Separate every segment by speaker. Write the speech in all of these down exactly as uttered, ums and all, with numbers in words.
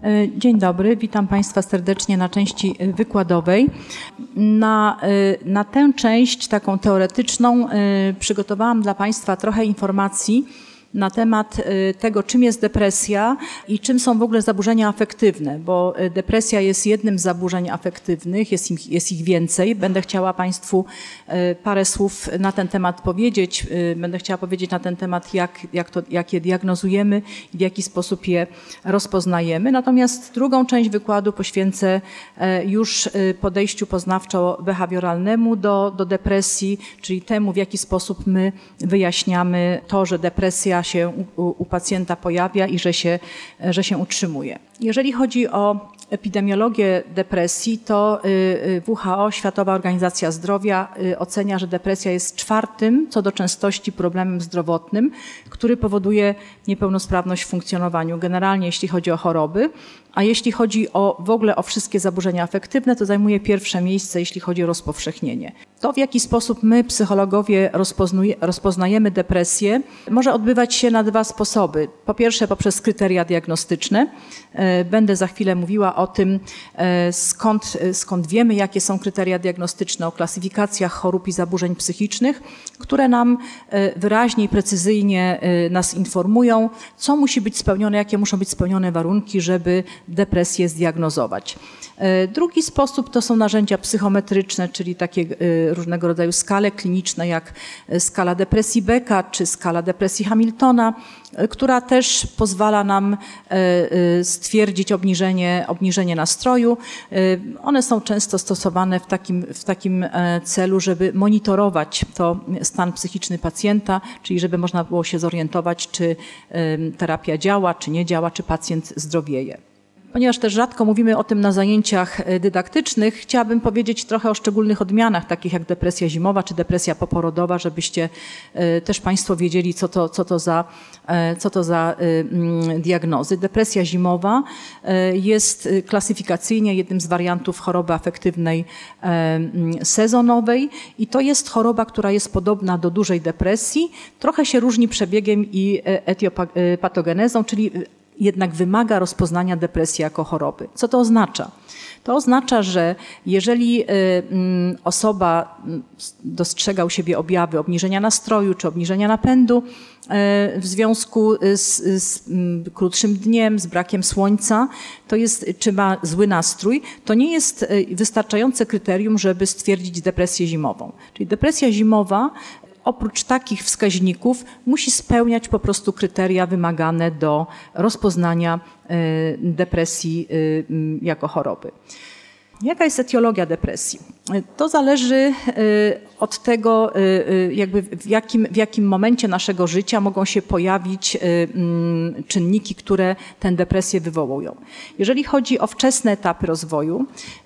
Speaker 1: Dzień dobry, witam Państwa serdecznie na części wykładowej. Na, na tę część taką teoretyczną przygotowałam dla Państwa trochę informacji na temat tego, czym jest depresja i czym są w ogóle zaburzenia afektywne, bo depresja jest jednym z zaburzeń afektywnych, jest ich, jest ich więcej. Będę chciała Państwu parę słów na ten temat powiedzieć. Będę chciała powiedzieć na ten temat, jak, jak, to, jak je diagnozujemy i w jaki sposób je rozpoznajemy. Natomiast drugą część wykładu poświęcę już podejściu poznawczo-behawioralnemu do, do depresji, czyli temu, w jaki sposób my wyjaśniamy to, że depresja się u, u pacjenta pojawia i że się, że się utrzymuje. Jeżeli chodzi o epidemiologię depresji, to W H O, Światowa Organizacja Zdrowia, ocenia, że depresja jest czwartym co do częstości problemem zdrowotnym, który powoduje niepełnosprawność w funkcjonowaniu. Generalnie jeśli chodzi o choroby, a jeśli chodzi o w ogóle o wszystkie zaburzenia afektywne, to zajmuje pierwsze miejsce, jeśli chodzi o rozpowszechnienie. To, w jaki sposób my, psychologowie, rozpoznajemy depresję, może odbywać się na dwa sposoby. Po pierwsze, poprzez kryteria diagnostyczne. Będę za chwilę mówiła o tym, skąd, skąd wiemy, jakie są kryteria diagnostyczne, o klasyfikacjach chorób i zaburzeń psychicznych, które nam wyraźnie i precyzyjnie nas informują, co musi być spełnione, jakie muszą być spełnione warunki, żeby depresję zdiagnozować. Drugi sposób to są narzędzia psychometryczne, czyli takie różnego rodzaju skale kliniczne, jak skala depresji Becka czy skala depresji Hamiltona, która też pozwala nam stwierdzić obniżenie, obniżenie nastroju. One są często stosowane w takim, w takim celu, żeby monitorować to stan psychiczny pacjenta, czyli żeby można było się zorientować, czy terapia działa, czy nie działa, czy pacjent zdrowieje. Ponieważ też rzadko mówimy o tym na zajęciach dydaktycznych, chciałabym powiedzieć trochę o szczególnych odmianach, takich jak depresja zimowa czy depresja poporodowa, żebyście też Państwo wiedzieli, co to, co to za, co to za diagnozy. Depresja zimowa jest klasyfikacyjnie jednym z wariantów choroby afektywnej sezonowej i to jest choroba, która jest podobna do dużej depresji, trochę się różni przebiegiem i etiopatogenezą, czyli jednak wymaga rozpoznania depresji jako choroby. Co to oznacza? To oznacza, że jeżeli osoba dostrzega u siebie objawy obniżenia nastroju czy obniżenia napędu w związku z, z krótszym dniem, z brakiem słońca, to jest, czy ma zły nastrój, to nie jest wystarczające kryterium, żeby stwierdzić depresję zimową. Czyli depresja zimowa oprócz takich wskaźników musi spełniać po prostu kryteria wymagane do rozpoznania depresji jako choroby. Jaka jest etiologia depresji? To zależy od tego, jakby w jakim, w jakim momencie naszego życia mogą się pojawić czynniki, które tę depresję wywołują. Jeżeli chodzi o wczesne etapy rozwoju,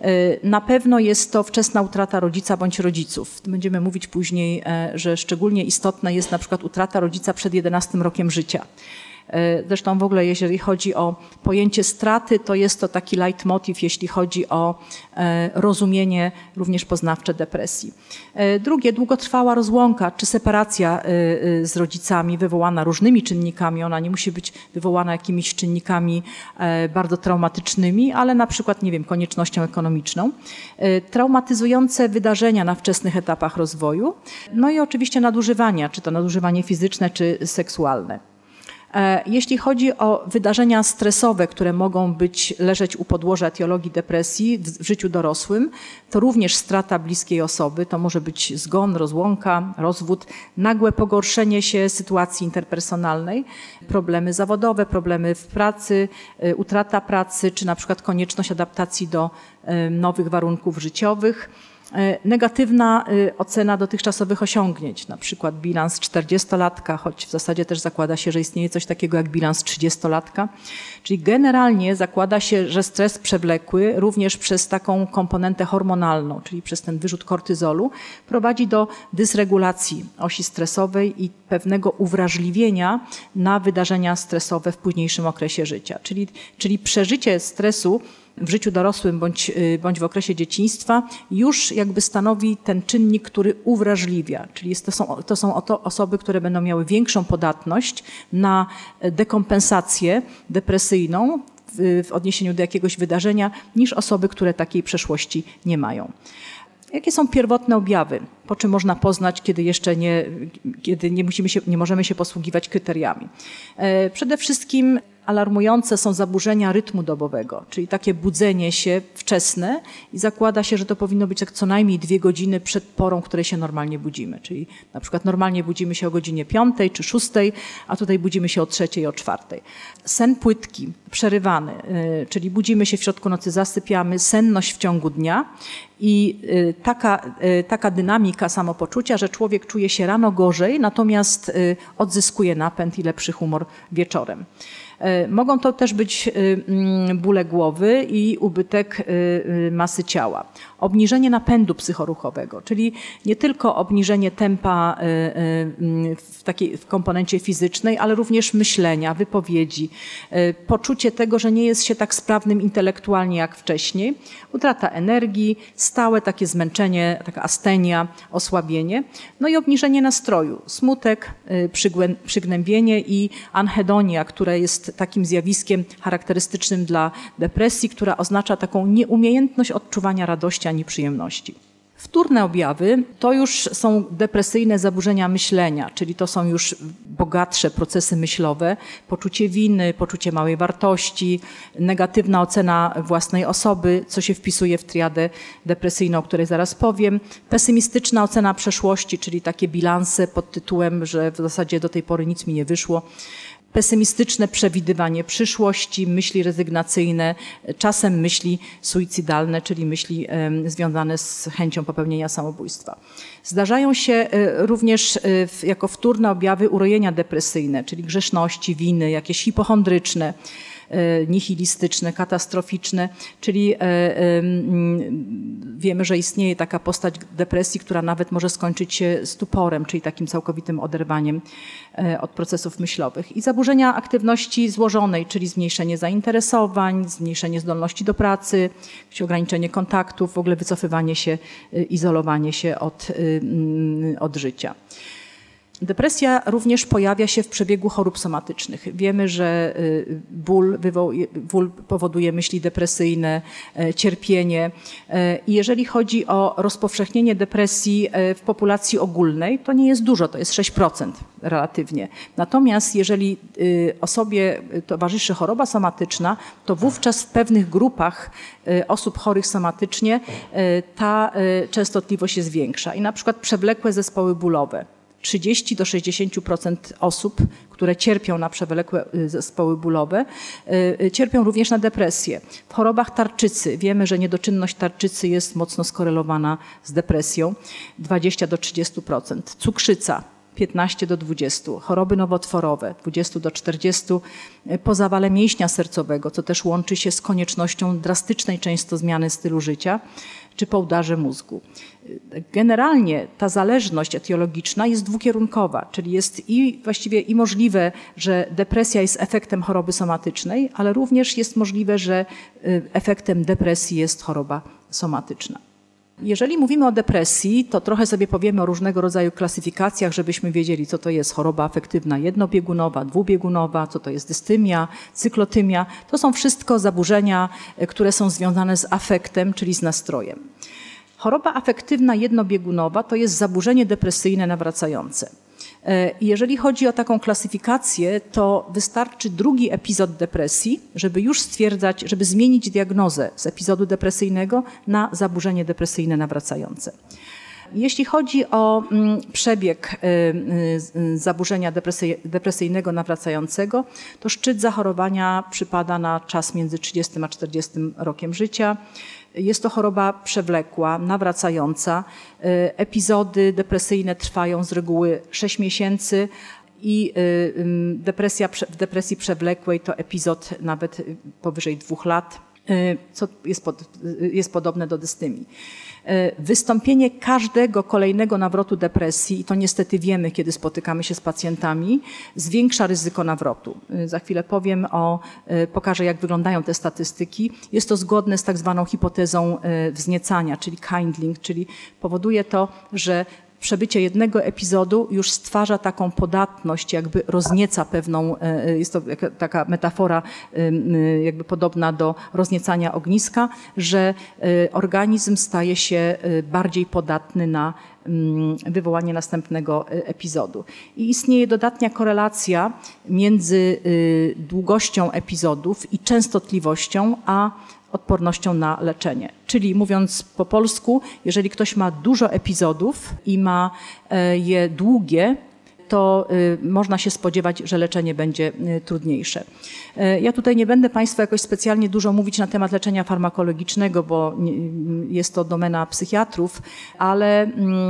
Speaker 1: na pewno jest to wczesna utrata rodzica bądź rodziców. Będziemy mówić później, że szczególnie istotna jest na przykład utrata rodzica przed jedenastym rokiem życia. Zresztą w ogóle jeżeli chodzi o pojęcie straty, to jest to taki leitmotiv, jeśli chodzi o rozumienie również poznawcze depresji. Drugie, długotrwała rozłąka czy separacja z rodzicami wywołana różnymi czynnikami. Ona nie musi być wywołana jakimiś czynnikami bardzo traumatycznymi, ale na przykład, nie wiem, koniecznością ekonomiczną. Traumatyzujące wydarzenia na wczesnych etapach rozwoju. No i oczywiście nadużywania, czy to nadużywanie fizyczne, czy seksualne. Jeśli chodzi o wydarzenia stresowe, które mogą być leżeć u podłoża etiologii depresji w życiu dorosłym, to również strata bliskiej osoby, to może być zgon, rozłąka, rozwód, nagłe pogorszenie się sytuacji interpersonalnej, problemy zawodowe, problemy w pracy, utrata pracy, czy na przykład konieczność adaptacji do nowych warunków życiowych. Negatywna ocena dotychczasowych osiągnięć, na przykład bilans czterdziestolatka, choć w zasadzie też zakłada się, że istnieje coś takiego jak bilans trzydziestolatka. Czyli generalnie zakłada się, że stres przewlekły również przez taką komponentę hormonalną, czyli przez ten wyrzut kortyzolu, prowadzi do dysregulacji osi stresowej i pewnego uwrażliwienia na wydarzenia stresowe w późniejszym okresie życia. Czyli, czyli przeżycie stresu w życiu dorosłym bądź, bądź w okresie dzieciństwa już jakby stanowi ten czynnik, który uwrażliwia. Czyli jest to, są, to są oto osoby, które będą miały większą podatność na dekompensację depresyjną w, w odniesieniu do jakiegoś wydarzenia niż osoby, które takiej przeszłości nie mają. Jakie są pierwotne objawy, po czym można poznać, kiedy jeszcze nie, kiedy nie, musimy się, nie możemy się posługiwać kryteriami? Przede wszystkim alarmujące są zaburzenia rytmu dobowego, czyli takie budzenie się wczesne i zakłada się, że to powinno być tak co najmniej dwie godziny przed porą, której się normalnie budzimy. Czyli na przykład normalnie budzimy się o godzinie piątej czy szóstej, a tutaj budzimy się o trzeciej, o czwartej. Sen płytki, przerywany, czyli budzimy się w środku nocy, zasypiamy, senność w ciągu dnia i taka, taka dynamika samopoczucia, że człowiek czuje się rano gorzej, natomiast odzyskuje napęd i lepszy humor wieczorem. Mogą to też być bóle głowy i ubytek masy ciała. Obniżenie napędu psychoruchowego, czyli nie tylko obniżenie tempa w takiej w komponencie fizycznej, ale również myślenia, wypowiedzi, poczucie tego, że nie jest się tak sprawnym intelektualnie jak wcześniej, utrata energii, stałe takie zmęczenie, taka astenia, osłabienie, no i obniżenie nastroju, smutek, przygnębienie i anhedonia, która jest takim zjawiskiem charakterystycznym dla depresji, która oznacza taką nieumiejętność odczuwania radości ani przyjemności. Wtórne objawy to już są depresyjne zaburzenia myślenia, czyli to są już bogatsze procesy myślowe, poczucie winy, poczucie małej wartości, negatywna ocena własnej osoby, co się wpisuje w triadę depresyjną, o której zaraz powiem, pesymistyczna ocena przeszłości, czyli takie bilanse pod tytułem, że w zasadzie do tej pory nic mi nie wyszło, pesymistyczne przewidywanie przyszłości, myśli rezygnacyjne, czasem myśli suicydalne, czyli myśli związane z chęcią popełnienia samobójstwa. Zdarzają się również jako wtórne objawy urojenia depresyjne, czyli grzeszności, winy, jakieś hipochondryczne, nihilistyczne, katastroficzne, czyli wiemy, że istnieje taka postać depresji, która nawet może skończyć się stuporem, czyli takim całkowitym oderwaniem od procesów myślowych. I zaburzenia aktywności złożonej, czyli zmniejszenie zainteresowań, zmniejszenie zdolności do pracy, ograniczenie kontaktów, w ogóle wycofywanie się, izolowanie się od, od życia. Depresja również pojawia się w przebiegu chorób somatycznych. Wiemy, że ból, wywołuje, ból powoduje myśli depresyjne, cierpienie. I jeżeli chodzi o rozpowszechnienie depresji w populacji ogólnej, to nie jest dużo, to jest sześć procent relatywnie. Natomiast jeżeli osobie towarzyszy choroba somatyczna, to wówczas w pewnych grupach osób chorych somatycznie ta częstotliwość jest większa. I na przykład przewlekłe zespoły bólowe. trzydzieści do sześćdziesięciu procent osób, które cierpią na przewlekłe zespoły bólowe, cierpią również na depresję. W chorobach tarczycy wiemy, że niedoczynność tarczycy jest mocno skorelowana z depresją, dwadzieścia do trzydziestu procent. Cukrzyca piętnaście do dwudziestu, choroby nowotworowe dwadzieścia do czterdziestu, po zawale mięśnia sercowego, co też łączy się z koniecznością drastycznej często zmiany stylu życia, czy po udarze mózgu. Generalnie ta zależność etiologiczna jest dwukierunkowa, czyli jest i właściwie i możliwe, że depresja jest efektem choroby somatycznej, ale również jest możliwe, że efektem depresji jest choroba somatyczna. Jeżeli mówimy o depresji, to trochę sobie powiemy o różnego rodzaju klasyfikacjach, żebyśmy wiedzieli, co to jest choroba afektywna jednobiegunowa, dwubiegunowa, co to jest dystymia, cyklotymia. To są wszystko zaburzenia, które są związane z afektem, czyli z nastrojem. Choroba afektywna jednobiegunowa to jest zaburzenie depresyjne nawracające. Jeżeli chodzi o taką klasyfikację, to wystarczy drugi epizod depresji, żeby już stwierdzać, żeby zmienić diagnozę z epizodu depresyjnego na zaburzenie depresyjne nawracające. Jeśli chodzi o przebieg zaburzenia depresyjnego nawracającego, to szczyt zachorowania przypada na czas między trzydziestym a czterdziestym rokiem życia. Jest to choroba przewlekła, nawracająca. Epizody depresyjne trwają z reguły sześć miesięcy i depresja, w depresji przewlekłej to epizod nawet powyżej dwóch lat, co jest, pod, jest podobne do dystymii. Wystąpienie każdego kolejnego nawrotu depresji, i to niestety wiemy, kiedy spotykamy się z pacjentami, zwiększa ryzyko nawrotu. Za chwilę powiem o, pokażę, jak wyglądają te statystyki. Jest to zgodne z tak zwaną hipotezą wzniecania, czyli kindling, czyli powoduje to, że przebycie jednego epizodu już stwarza taką podatność, jakby roznieca pewną, jest to taka metafora jakby podobna do rozniecania ogniska, że organizm staje się bardziej podatny na wywołanie następnego epizodu. I istnieje dodatnia korelacja między długością epizodów i częstotliwością, a odpornością na leczenie. Czyli mówiąc po polsku, jeżeli ktoś ma dużo epizodów i ma je długie, to można się spodziewać, że leczenie będzie trudniejsze. Ja tutaj nie będę Państwu jakoś specjalnie dużo mówić na temat leczenia farmakologicznego, bo jest to domena psychiatrów, ale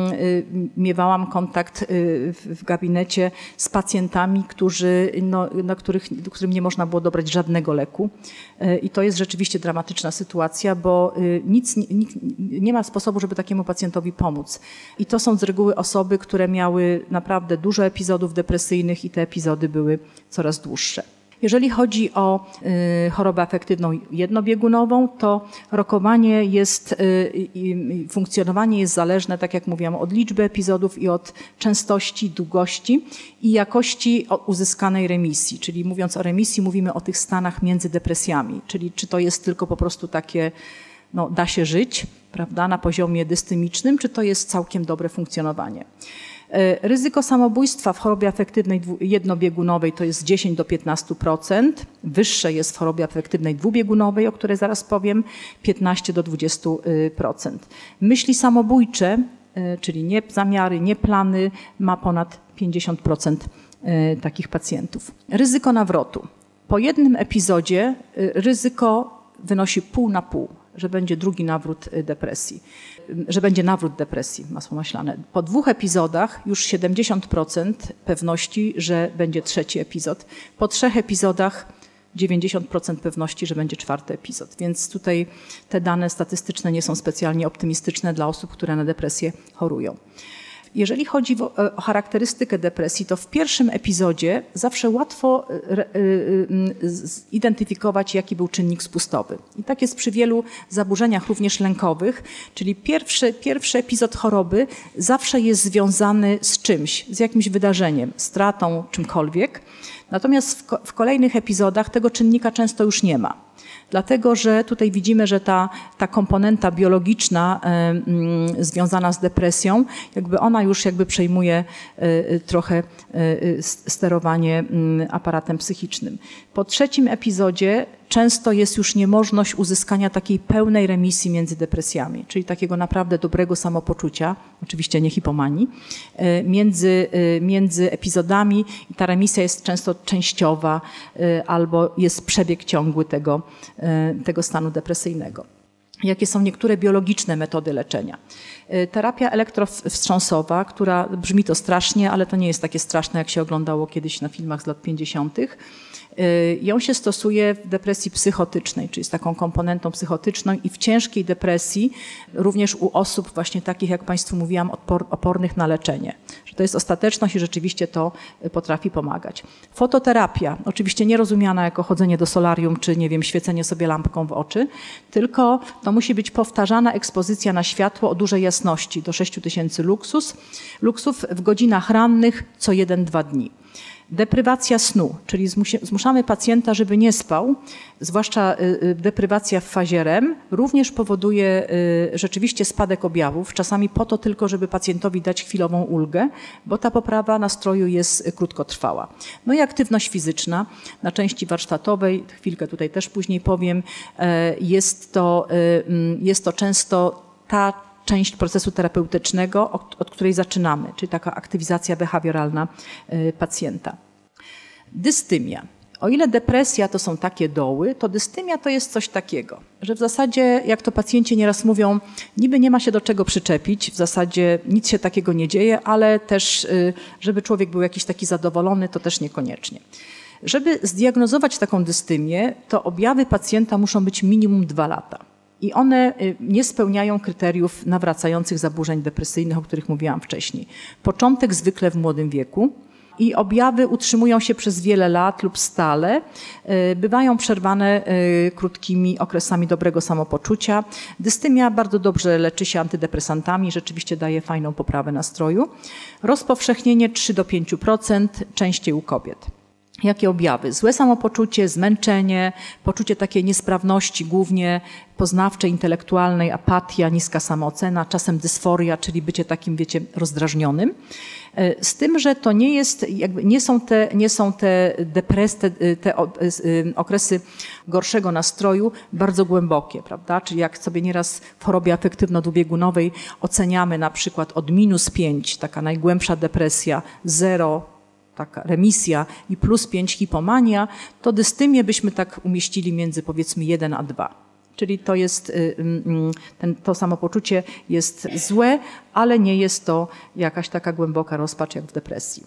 Speaker 1: miewałam kontakt w gabinecie z pacjentami, którzy, no, na których, którym nie można było dobrać żadnego leku. I to jest rzeczywiście dramatyczna sytuacja, bo nic, nic, nie ma sposobu, żeby takiemu pacjentowi pomóc. I to są z reguły osoby, które miały naprawdę dużo epizodów depresyjnych i te epizody były coraz dłuższe. Jeżeli chodzi o y, chorobę afektywną jednobiegunową, to rokowanie jest, y, y, funkcjonowanie jest zależne, tak jak mówiłam, od liczby epizodów i od częstości, długości i jakości uzyskanej remisji. Czyli mówiąc o remisji, mówimy o tych stanach między depresjami. Czyli czy to jest tylko po prostu takie, no, da się żyć, prawda, na poziomie dystymicznym, czy to jest całkiem dobre funkcjonowanie. Ryzyko samobójstwa w chorobie afektywnej jednobiegunowej to jest dziesięć do piętnastu procent. Wyższe jest w chorobie afektywnej dwubiegunowej, o której zaraz powiem, piętnaście do dwudziestu procent. Myśli samobójcze, czyli nie zamiary, nie plany, ma ponad pięćdziesiąt procent takich pacjentów. Ryzyko nawrotu. Po jednym epizodzie ryzyko wynosi pół na pół, że będzie drugi nawrót depresji, że będzie nawrót depresji, masło maślane. Po dwóch epizodach już siedemdziesiąt procent pewności, że będzie trzeci epizod. Po trzech epizodach dziewięćdziesiąt procent pewności, że będzie czwarty epizod. Więc tutaj te dane statystyczne nie są specjalnie optymistyczne dla osób, które na depresję chorują. Jeżeli chodzi o charakterystykę depresji, to w pierwszym epizodzie zawsze łatwo zidentyfikować, jaki był czynnik spustowy. I tak jest przy wielu zaburzeniach, również lękowych, czyli pierwszy, pierwszy epizod choroby zawsze jest związany z czymś, z jakimś wydarzeniem, stratą, czymkolwiek. Natomiast w, w kolejnych epizodach tego czynnika często już nie ma. Dlatego, że tutaj widzimy, że ta, ta komponenta biologiczna y, y, związana z depresją, jakby ona już jakby przejmuje y, trochę y, sterowanie y, aparatem psychicznym. Po trzecim epizodzie często jest już niemożność uzyskania takiej pełnej remisji między depresjami, czyli takiego naprawdę dobrego samopoczucia, oczywiście nie hipomanii, między, między epizodami i ta remisja jest często częściowa albo jest przebieg ciągły tego, tego stanu depresyjnego. Jakie są niektóre biologiczne metody leczenia? Terapia elektrowstrząsowa, która brzmi to strasznie, ale to nie jest takie straszne, jak się oglądało kiedyś na filmach z lat pięćdziesiątych. Ją się stosuje w depresji psychotycznej, czyli z taką komponentą psychotyczną i w ciężkiej depresji, również u osób właśnie takich, jak Państwu mówiłam, odpor, opornych na leczenie. Że to jest ostateczność i rzeczywiście to potrafi pomagać. Fototerapia, oczywiście nie rozumiana jako chodzenie do solarium, czy nie wiem, świecenie sobie lampką w oczy, tylko to musi być powtarzana ekspozycja na światło o dużej jasności, do sześciu tysięcy luksus, luksów w godzinach rannych co jeden do dwóch dni. Deprywacja snu, czyli zmuszamy pacjenta, żeby nie spał, zwłaszcza deprywacja w fazie R E M, również powoduje rzeczywiście spadek objawów, czasami po to tylko, żeby pacjentowi dać chwilową ulgę, bo ta poprawa nastroju jest krótkotrwała. No i aktywność fizyczna na części warsztatowej, chwilkę tutaj też później powiem, jest to, jest to często ta część procesu terapeutycznego, od, od której zaczynamy, czyli taka aktywizacja behawioralna y, pacjenta. Dystymia. O ile depresja to są takie doły, to dystymia to jest coś takiego, że w zasadzie, jak to pacjenci nieraz mówią, niby nie ma się do czego przyczepić, w zasadzie nic się takiego nie dzieje, ale też, y, żeby człowiek był jakiś taki zadowolony, to też niekoniecznie. Żeby zdiagnozować taką dystymię, to objawy pacjenta muszą być minimum dwa lata. I one nie spełniają kryteriów nawracających zaburzeń depresyjnych, o których mówiłam wcześniej. Początek zwykle w młodym wieku, i objawy utrzymują się przez wiele lat lub stale. Bywają przerwane krótkimi okresami dobrego samopoczucia. Dystymia bardzo dobrze leczy się antydepresantami, rzeczywiście daje fajną poprawę nastroju. Rozpowszechnienie trzy do pięciu procent, częściej u kobiet. Jakie objawy? Złe samopoczucie, zmęczenie, poczucie takiej niesprawności, głównie poznawczej, intelektualnej, apatia, niska samoocena, czasem dysforia, czyli bycie takim, wiecie, rozdrażnionym. Z tym, że to nie jest, jakby nie są te, nie są te depres, te, te okresy gorszego nastroju bardzo głębokie, prawda? Czyli jak sobie nieraz w chorobie afektywno-dwubiegunowej oceniamy na przykład od minus pięć, taka najgłębsza depresja, zero, taka remisja i plus pięć hipomania, to dystymię byśmy tak umieścili między powiedzmy jeden a dwa. Czyli to jest, ten, to samopoczucie jest złe, ale nie jest to jakaś taka głęboka rozpacz jak w depresji.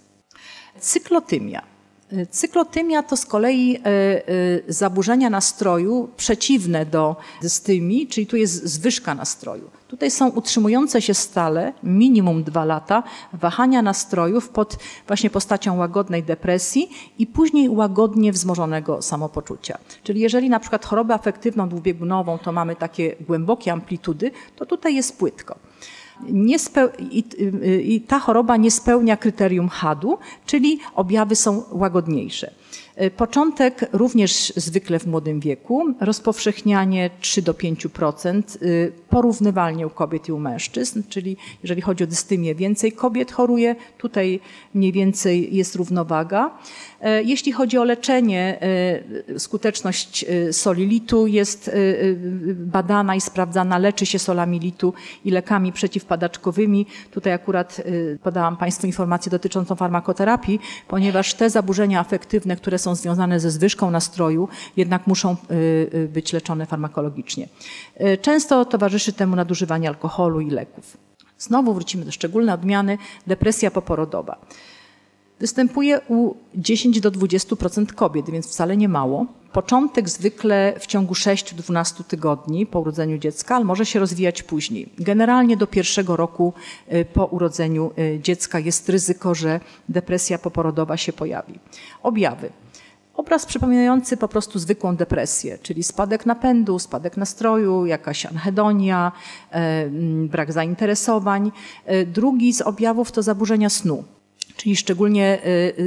Speaker 1: Cyklotymia. Cyklotymia to z kolei zaburzenia nastroju przeciwne do dystymii, czyli tu jest zwyżka nastroju. Tutaj są utrzymujące się stale, minimum dwa lata, wahania nastrojów pod właśnie postacią łagodnej depresji i później łagodnie wzmożonego samopoczucia. Czyli jeżeli na przykład chorobę afektywną dwubiegunową to mamy takie głębokie amplitudy, to tutaj jest płytko. Nie i, i ta choroba nie spełnia kryterium hadu, czyli objawy są łagodniejsze. Początek również zwykle w młodym wieku, rozpowszechnianie trzy do pięciu procent, porównywalnie u kobiet i u mężczyzn, czyli jeżeli chodzi o dystymię, więcej kobiet choruje, tutaj mniej więcej jest równowaga. Jeśli chodzi o leczenie, skuteczność soli litu jest badana i sprawdzana, leczy się solami litu i lekami przeciwpadaczkowymi. Tutaj akurat podałam Państwu informację dotyczącą farmakoterapii, ponieważ te zaburzenia afektywne, które są związane ze zwyżką nastroju, jednak muszą być leczone farmakologicznie. Często towarzyszy temu nadużywanie alkoholu i leków. Znowu wrócimy do szczególnej odmiany, depresja poporodowa. Występuje u dziesięć do dwudziestu procent kobiet, więc wcale nie mało. Początek zwykle w ciągu sześciu do dwunastu tygodni po urodzeniu dziecka, ale może się rozwijać później. Generalnie do pierwszego roku po urodzeniu dziecka jest ryzyko, że depresja poporodowa się pojawi. Objawy. Obraz przypominający po prostu zwykłą depresję, czyli spadek napędu, spadek nastroju, jakaś anhedonia, brak zainteresowań. Drugi z objawów to zaburzenia snu. Czyli szczególnie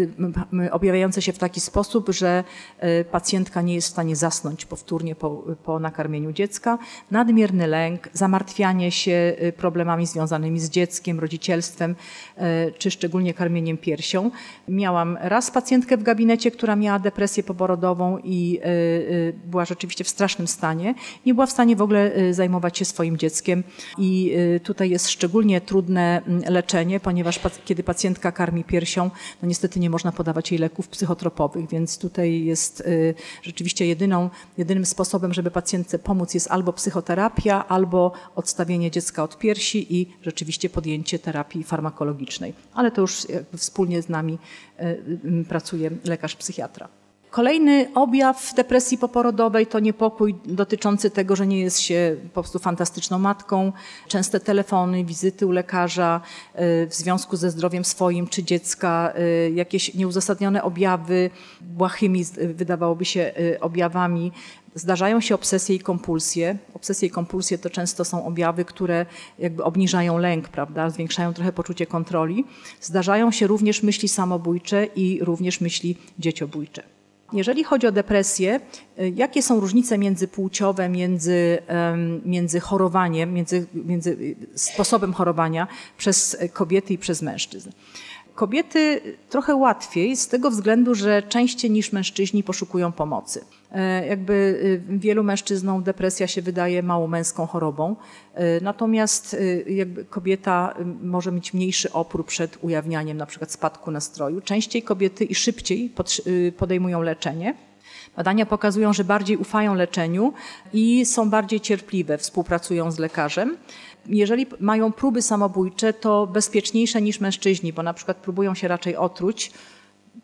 Speaker 1: objawiające się w taki sposób, że pacjentka nie jest w stanie zasnąć powtórnie po, po nakarmieniu dziecka. Nadmierny lęk, zamartwianie się problemami związanymi z dzieckiem, rodzicielstwem, czy szczególnie karmieniem piersią. Miałam raz pacjentkę w gabinecie, która miała depresję poporodową i była rzeczywiście w strasznym stanie. Nie była w stanie w ogóle zajmować się swoim dzieckiem i tutaj jest szczególnie trudne leczenie, ponieważ kiedy pacjentka karmi piersią, no niestety nie można podawać jej leków psychotropowych, więc tutaj jest y, rzeczywiście jedyną, jedynym sposobem, żeby pacjentce pomóc jest albo psychoterapia, albo odstawienie dziecka od piersi i rzeczywiście podjęcie terapii farmakologicznej. Ale to już jakby wspólnie z nami y, y, pracuje lekarz psychiatra. Kolejny objaw depresji poporodowej to niepokój dotyczący tego, że nie jest się po prostu fantastyczną matką. Częste telefony, wizyty u lekarza w związku ze zdrowiem swoim czy dziecka, jakieś nieuzasadnione objawy, błahymi wydawałoby się objawami. Zdarzają się obsesje i kompulsje. Obsesje i kompulsje to często są objawy, które jakby obniżają lęk, prawda? Zwiększają trochę poczucie kontroli. Zdarzają się również myśli samobójcze i również myśli dzieciobójcze. Jeżeli chodzi o depresję, jakie są różnice międzypłciowe, między, między chorowaniem, między, między sposobem chorowania przez kobiety i przez mężczyzn? Kobiety trochę łatwiej z tego względu, że częściej niż mężczyźni poszukują pomocy. Jakby wielu mężczyznom depresja się wydaje mało męską chorobą, natomiast jakby kobieta może mieć mniejszy opór przed ujawnianiem na przykład spadku nastroju. Częściej kobiety i szybciej podejmują leczenie. Badania pokazują, że bardziej ufają leczeniu i są bardziej cierpliwe, współpracują z lekarzem. Jeżeli mają próby samobójcze, to bezpieczniejsze niż mężczyźni, bo na przykład próbują się raczej otruć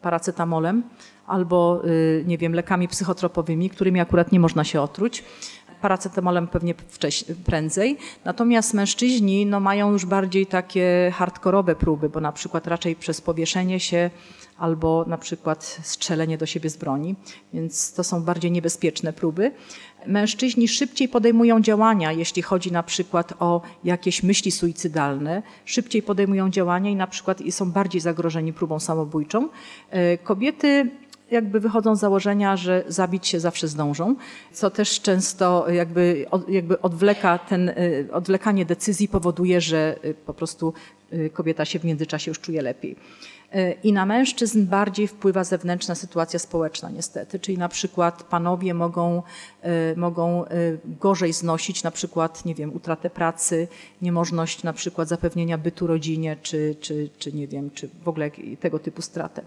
Speaker 1: paracetamolem albo, nie wiem, lekami psychotropowymi, którymi akurat nie można się otruć. paracetamolem pewnie wcześniej, prędzej. Natomiast mężczyźni no, mają już bardziej takie hardkorowe próby, bo na przykład raczej przez powieszenie się albo na przykład strzelenie do siebie z broni, więc to są bardziej niebezpieczne próby. Mężczyźni szybciej podejmują działania, jeśli chodzi na przykład o jakieś myśli suicydalne, szybciej podejmują działania i na przykład są bardziej zagrożeni próbą samobójczą. Kobiety jakby wychodzą z założenia, że zabić się zawsze zdążą, co też często jakby, jakby odwleka ten, odwlekanie decyzji powoduje, że po prostu kobieta się w międzyczasie już czuje lepiej. I na mężczyzn bardziej wpływa zewnętrzna sytuacja społeczna niestety, czyli na przykład panowie mogą, mogą gorzej znosić na przykład, nie wiem, utratę pracy, niemożność na przykład zapewnienia bytu rodzinie, czy, czy, czy nie wiem, czy w ogóle tego typu stratę.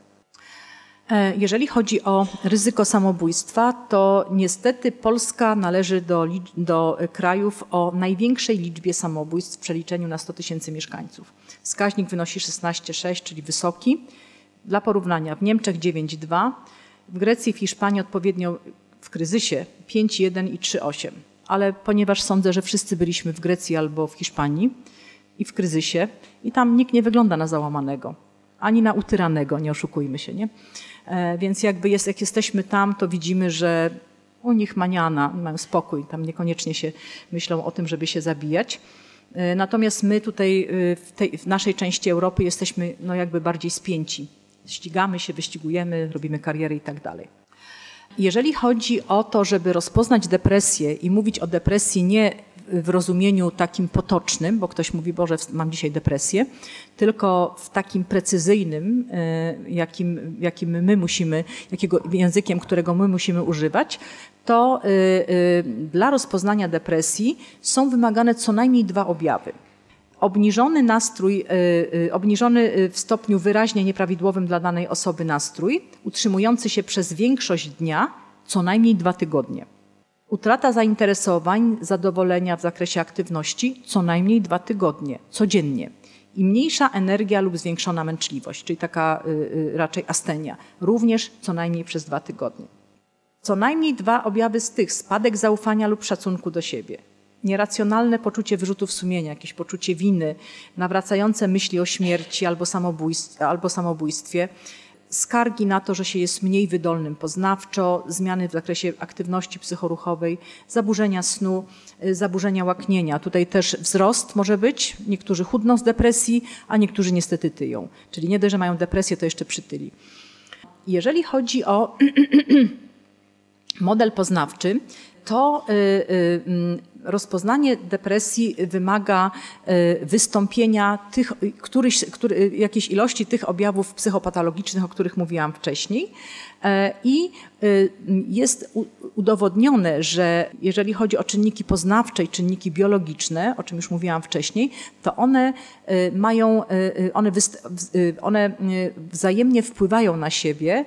Speaker 1: Jeżeli chodzi o ryzyko samobójstwa, to niestety Polska należy do, do krajów o największej liczbie samobójstw w przeliczeniu na sto tysięcy mieszkańców. Wskaźnik wynosi szesnaście przecinek sześć, czyli wysoki. Dla porównania w Niemczech dziewięć przecinek dwa, w Grecji i w Hiszpanii odpowiednio w kryzysie pięć przecinek jeden i trzy przecinek osiem. Ale ponieważ sądzę, że wszyscy byliśmy w Grecji albo w Hiszpanii i w kryzysie i tam nikt nie wygląda na załamanego, ani na utyranego, nie oszukujmy się, nie? Więc jakby jest, jak jesteśmy tam, to widzimy, że u nich maniana, mają spokój, tam niekoniecznie się myślą o tym, żeby się zabijać. Natomiast my tutaj w, tej, w naszej części Europy jesteśmy no jakby bardziej spięci. Ścigamy się, wyścigujemy, robimy kariery i tak dalej. Jeżeli chodzi o to, żeby rozpoznać depresję i mówić o depresji nie w rozumieniu takim potocznym, bo ktoś mówi, Boże, mam dzisiaj depresję, tylko w takim precyzyjnym, jakim, jakim my musimy, jakiego językiem, którego my musimy używać, to dla rozpoznania depresji są wymagane co najmniej dwa objawy. Obniżony nastrój, obniżony w stopniu wyraźnie nieprawidłowym dla danej osoby nastrój, utrzymujący się przez większość dnia, co najmniej dwa tygodnie. Utrata zainteresowań, zadowolenia w zakresie aktywności, co najmniej dwa tygodnie, codziennie. I mniejsza energia lub zwiększona męczliwość, czyli taka y, raczej astenia, również co najmniej przez dwa tygodnie. Co najmniej dwa objawy z tych: spadek zaufania lub szacunku do siebie, nieracjonalne poczucie wyrzutów sumienia, jakieś poczucie winy, nawracające myśli o śmierci albo samobójstwie, albo samobójstwie, skargi na to, że się jest mniej wydolnym poznawczo, zmiany w zakresie aktywności psychoruchowej, zaburzenia snu, zaburzenia łaknienia. Tutaj też wzrost może być. Niektórzy chudną z depresji, a niektórzy niestety tyją. Czyli nie dość, że mają depresję, to jeszcze przytyli. Jeżeli chodzi o model poznawczy, to rozpoznanie depresji wymaga wystąpienia tych, któryś, który, jakiejś ilości tych objawów psychopatologicznych, o których mówiłam wcześniej. I jest udowodnione, że jeżeli chodzi o czynniki poznawcze i czynniki biologiczne, o czym już mówiłam wcześniej, to one mają, one, one wzajemnie wpływają na siebie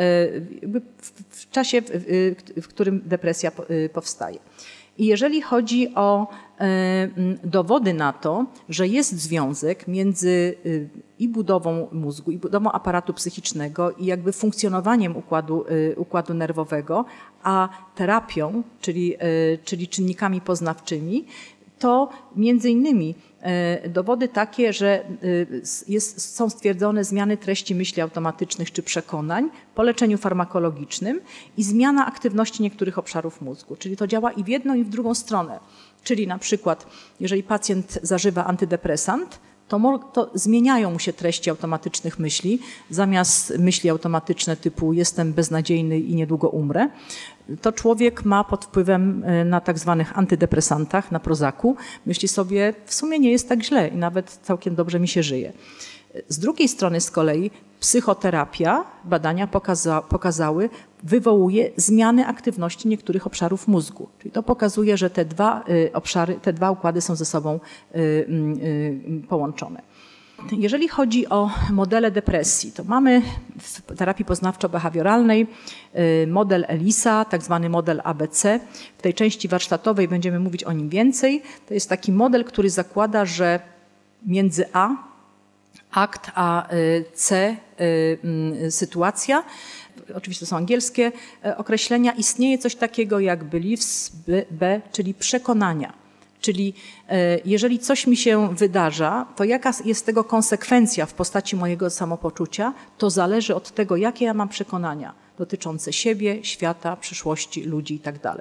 Speaker 1: w czasie, w którym depresja powstaje. I jeżeli chodzi o dowody na to, że jest związek między i budową mózgu, i budową aparatu psychicznego, i jakby funkcjonowaniem układu, układu nerwowego, a terapią, czyli, czyli czynnikami poznawczymi, to między innymi dowody takie, że jest, są stwierdzone zmiany treści myśli automatycznych czy przekonań po leczeniu farmakologicznym i zmiana aktywności niektórych obszarów mózgu. Czyli to działa i w jedną, i w drugą stronę. Czyli na przykład, jeżeli pacjent zażywa antydepresant, to, to zmieniają mu się treści automatycznych myśli. Zamiast myśli automatyczne typu jestem beznadziejny i niedługo umrę, to człowiek ma pod wpływem na tak zwanych antydepresantach, na Prozacu, myśli sobie, w sumie nie jest tak źle i nawet całkiem dobrze mi się żyje. Z drugiej strony z kolei psychoterapia, badania pokaza, pokazały, wywołuje zmiany aktywności niektórych obszarów mózgu. Czyli to pokazuje, że te dwa obszary, te dwa układy są ze sobą połączone. Jeżeli chodzi o modele depresji, to mamy w terapii poznawczo-behawioralnej model ELISA, tak zwany model A B C. W tej części warsztatowej będziemy mówić o nim więcej. To jest taki model, który zakłada, że między A, akt, a C, sytuacja, oczywiście to są angielskie określenia, istnieje coś takiego jak beliefs, B, B czyli przekonania. Czyli jeżeli coś mi się wydarza, to jaka jest tego konsekwencja w postaci mojego samopoczucia, to zależy od tego, jakie ja mam przekonania dotyczące siebie, świata, przyszłości, ludzi itd.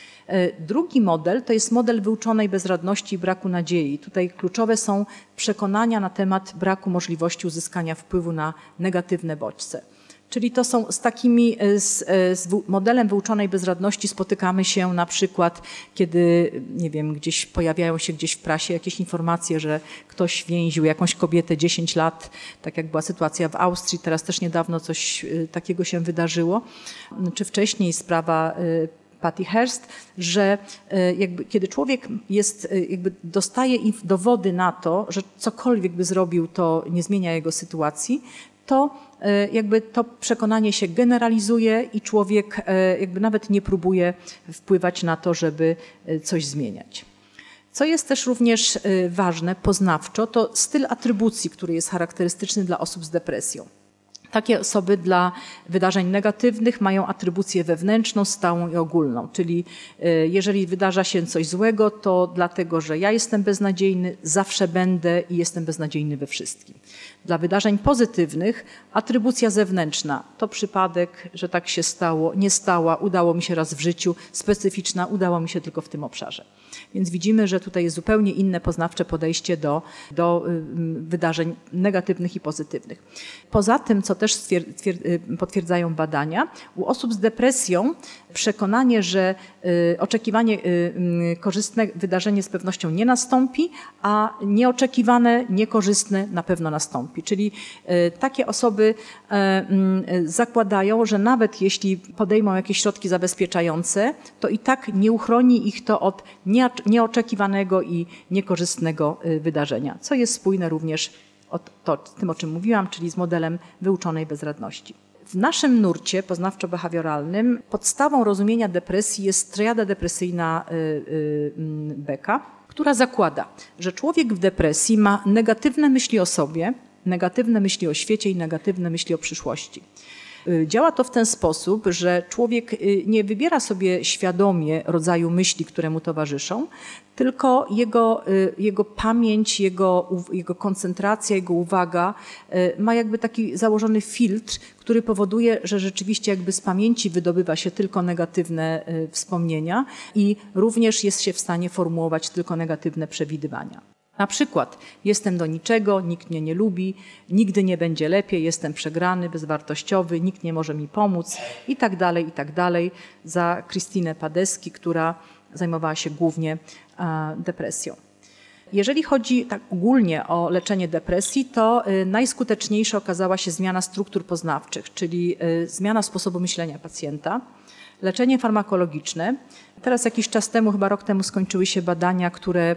Speaker 1: Drugi model to jest model wyuczonej bezradności i braku nadziei. Tutaj kluczowe są przekonania na temat braku możliwości uzyskania wpływu na negatywne bodźce. Czyli to są z takimi, z, z modelem wyuczonej bezradności spotykamy się na przykład, kiedy, nie wiem, gdzieś pojawiają się gdzieś w prasie jakieś informacje, że ktoś więził jakąś kobietę dziesięć lat, tak jak była sytuacja w Austrii, teraz też niedawno coś takiego się wydarzyło, czy wcześniej sprawa Patty Hearst, że jakby, kiedy człowiek jest, jakby dostaje dowody na to, że cokolwiek by zrobił, to nie zmienia jego sytuacji, to jakby to przekonanie się generalizuje i człowiek jakby nawet nie próbuje wpływać na to, żeby coś zmieniać. Co jest też również ważne poznawczo, to styl atrybucji, który jest charakterystyczny dla osób z depresją. Takie osoby dla wydarzeń negatywnych mają atrybucję wewnętrzną, stałą i ogólną. Czyli jeżeli wydarza się coś złego, to dlatego, że ja jestem beznadziejny, zawsze będę i jestem beznadziejny we wszystkim. Dla wydarzeń pozytywnych atrybucja zewnętrzna to przypadek, że tak się stało, nie stała, udało mi się raz w życiu, specyficzna, udało mi się tylko w tym obszarze. Więc widzimy, że tutaj jest zupełnie inne poznawcze podejście do, do wydarzeń negatywnych i pozytywnych. Poza tym, co też potwierdzają badania, u osób z depresją przekonanie, że oczekiwanie korzystne wydarzenie z pewnością nie nastąpi, a nieoczekiwane, niekorzystne na pewno nastąpi. Czyli takie osoby zakładają, że nawet jeśli podejmą jakieś środki zabezpieczające, to i tak nie uchroni ich to od nieoczekiwanego i niekorzystnego wydarzenia, co jest spójne również to, z tym, o czym mówiłam, czyli z modelem wyuczonej bezradności. W naszym nurcie poznawczo-behawioralnym podstawą rozumienia depresji jest triada depresyjna Becka, która zakłada, że człowiek w depresji ma negatywne myśli o sobie, negatywne myśli o świecie i negatywne myśli o przyszłości. Działa to w ten sposób, że człowiek nie wybiera sobie świadomie rodzaju myśli, które mu towarzyszą, tylko jego, jego pamięć, jego, jego koncentracja, jego uwaga ma jakby taki założony filtr, który powoduje, że rzeczywiście jakby z pamięci wydobywa się tylko negatywne wspomnienia i również jest się w stanie formułować tylko negatywne przewidywania. Na przykład jestem do niczego, nikt mnie nie lubi, nigdy nie będzie lepiej, jestem przegrany, bezwartościowy, nikt nie może mi pomóc i tak dalej, i tak dalej. Za Christinę Padeski, która zajmowała się głównie depresją. Jeżeli chodzi tak ogólnie o leczenie depresji, to najskuteczniejsza okazała się zmiana struktur poznawczych, czyli zmiana sposobu myślenia pacjenta, leczenie farmakologiczne. Teraz jakiś czas temu, chyba rok temu skończyły się badania, które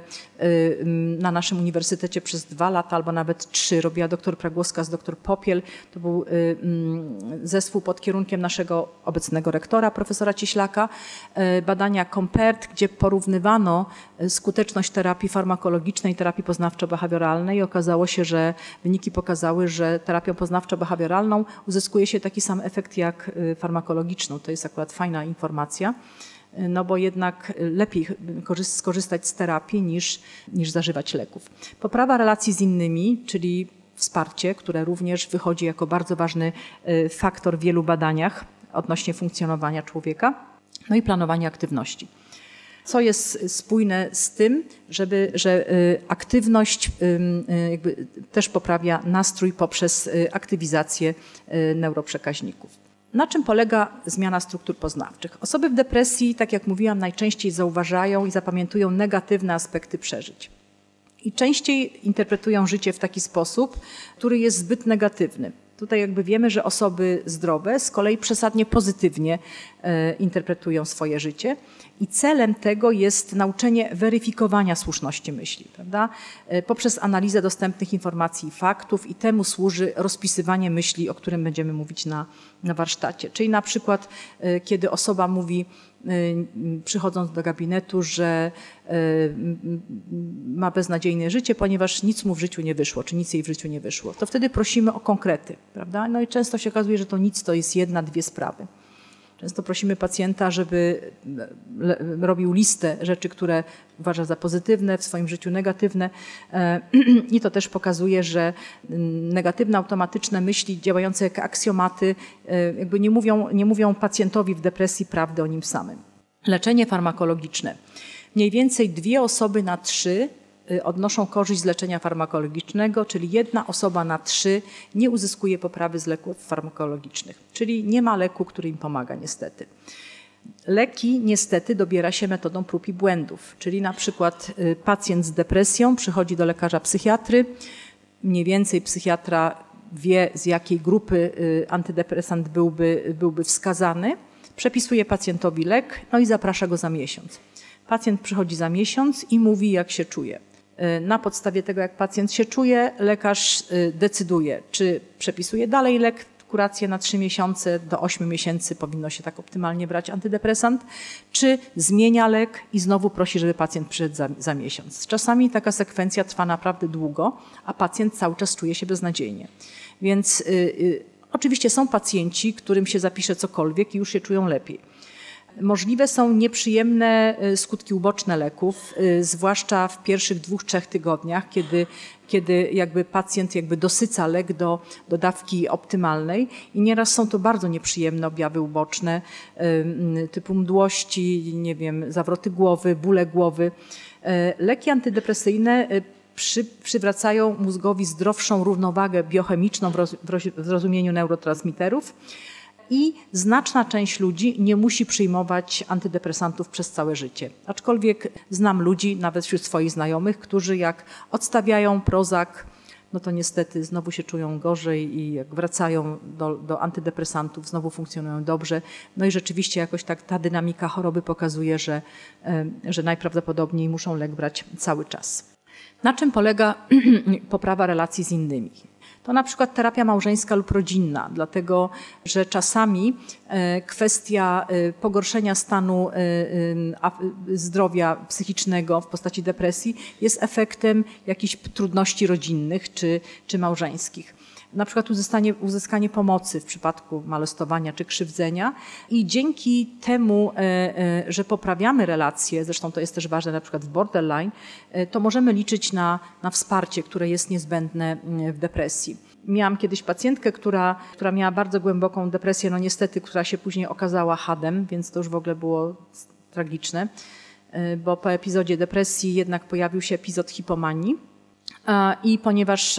Speaker 1: na naszym uniwersytecie przez dwa lata albo nawet trzy robiła doktor Pragłowska z doktor Popiel. To był zespół pod kierunkiem naszego obecnego rektora, profesora Cieślaka. Badania Compared, gdzie porównywano skuteczność terapii farmakologicznej, terapii poznawczo-behawioralnej i okazało się, że wyniki pokazały, że terapią poznawczo-behawioralną uzyskuje się taki sam efekt jak farmakologiczną. To jest akurat fajna informacja. No bo jednak lepiej skorzystać z terapii niż, niż zażywać leków. Poprawa relacji z innymi, czyli wsparcie, które również wychodzi jako bardzo ważny faktor w wielu badaniach odnośnie funkcjonowania człowieka, no i planowanie aktywności. Co jest spójne z tym, żeby, że aktywność jakby też poprawia nastrój poprzez aktywizację neuroprzekaźników. Na czym polega zmiana struktur poznawczych? Osoby w depresji, tak jak mówiłam, najczęściej zauważają i zapamiętują negatywne aspekty przeżyć. I częściej interpretują życie w taki sposób, który jest zbyt negatywny. Tutaj jakby wiemy, że osoby zdrowe z kolei przesadnie pozytywnie e, interpretują swoje życie i celem tego jest nauczenie weryfikowania słuszności myśli, prawda? E, poprzez analizę dostępnych informacji i faktów i temu służy rozpisywanie myśli, o którym będziemy mówić na, na warsztacie. Czyli na przykład, e, kiedy osoba mówi, przychodząc do gabinetu, że ma beznadziejne życie, ponieważ nic mu w życiu nie wyszło, czy nic jej w życiu nie wyszło. To wtedy prosimy o konkrety, prawda? No i często się okazuje, że to nic to jest jedna, dwie sprawy. Często prosimy pacjenta, żeby robił listę rzeczy, które uważa za pozytywne, w swoim życiu negatywne. I to też pokazuje, że negatywne, automatyczne myśli działające jak aksjomaty jakby nie mówią, nie mówią pacjentowi w depresji prawdy o nim samym. Leczenie farmakologiczne. Mniej więcej dwie osoby na trzy odnoszą korzyść z leczenia farmakologicznego, czyli jedna osoba na trzy nie uzyskuje poprawy z leków farmakologicznych. Czyli nie ma leku, który im pomaga niestety. Leki niestety dobiera się metodą prób i błędów, czyli na przykład pacjent z depresją przychodzi do lekarza psychiatry, mniej więcej psychiatra wie, z jakiej grupy antydepresant byłby, byłby wskazany, przepisuje pacjentowi lek, no i zaprasza go za miesiąc. Pacjent przychodzi za miesiąc i mówi, jak się czuje. Na podstawie tego, jak pacjent się czuje, lekarz decyduje, czy przepisuje dalej lek, kurację na trzy miesiące, do ośmiu miesięcy powinno się tak optymalnie brać antydepresant, czy zmienia lek i znowu prosi, żeby pacjent przyszedł za, za miesiąc. Czasami taka sekwencja trwa naprawdę długo, a pacjent cały czas czuje się beznadziejnie. Więc y, y, oczywiście są pacjenci, którym się zapisze cokolwiek i już się czują lepiej. Możliwe są nieprzyjemne skutki uboczne leków, zwłaszcza w pierwszych dwóch, trzech tygodniach, kiedy, kiedy jakby pacjent jakby dosyca lek do, do dawki optymalnej i nieraz są to bardzo nieprzyjemne objawy uboczne typu mdłości, nie wiem, zawroty głowy, bóle głowy. Leki antydepresyjne Przy, przywracają mózgowi zdrowszą równowagę biochemiczną w, roz, w rozumieniu neurotransmiterów i znaczna część ludzi nie musi przyjmować antydepresantów przez całe życie. Aczkolwiek znam ludzi, nawet wśród swoich znajomych, którzy jak odstawiają Prozac, no to niestety znowu się czują gorzej i jak wracają do, do antydepresantów, znowu funkcjonują dobrze. No i rzeczywiście jakoś tak ta dynamika choroby pokazuje, że, że najprawdopodobniej muszą lek brać cały czas. Na czym polega poprawa relacji z innymi? To na przykład terapia małżeńska lub rodzinna, dlatego że czasami kwestia pogorszenia stanu zdrowia psychicznego w postaci depresji jest efektem jakichś trudności rodzinnych czy, czy małżeńskich. Na przykład uzyskanie, uzyskanie pomocy w przypadku molestowania czy krzywdzenia i dzięki temu, że poprawiamy relacje, zresztą to jest też ważne na przykład w borderline, to możemy liczyć na, na wsparcie, które jest niezbędne w depresji. Miałam kiedyś pacjentkę, która, która miała bardzo głęboką depresję, no niestety, która się później okazała hadem, więc to już w ogóle było tragiczne, bo po epizodzie depresji jednak pojawił się epizod hipomanii. I ponieważ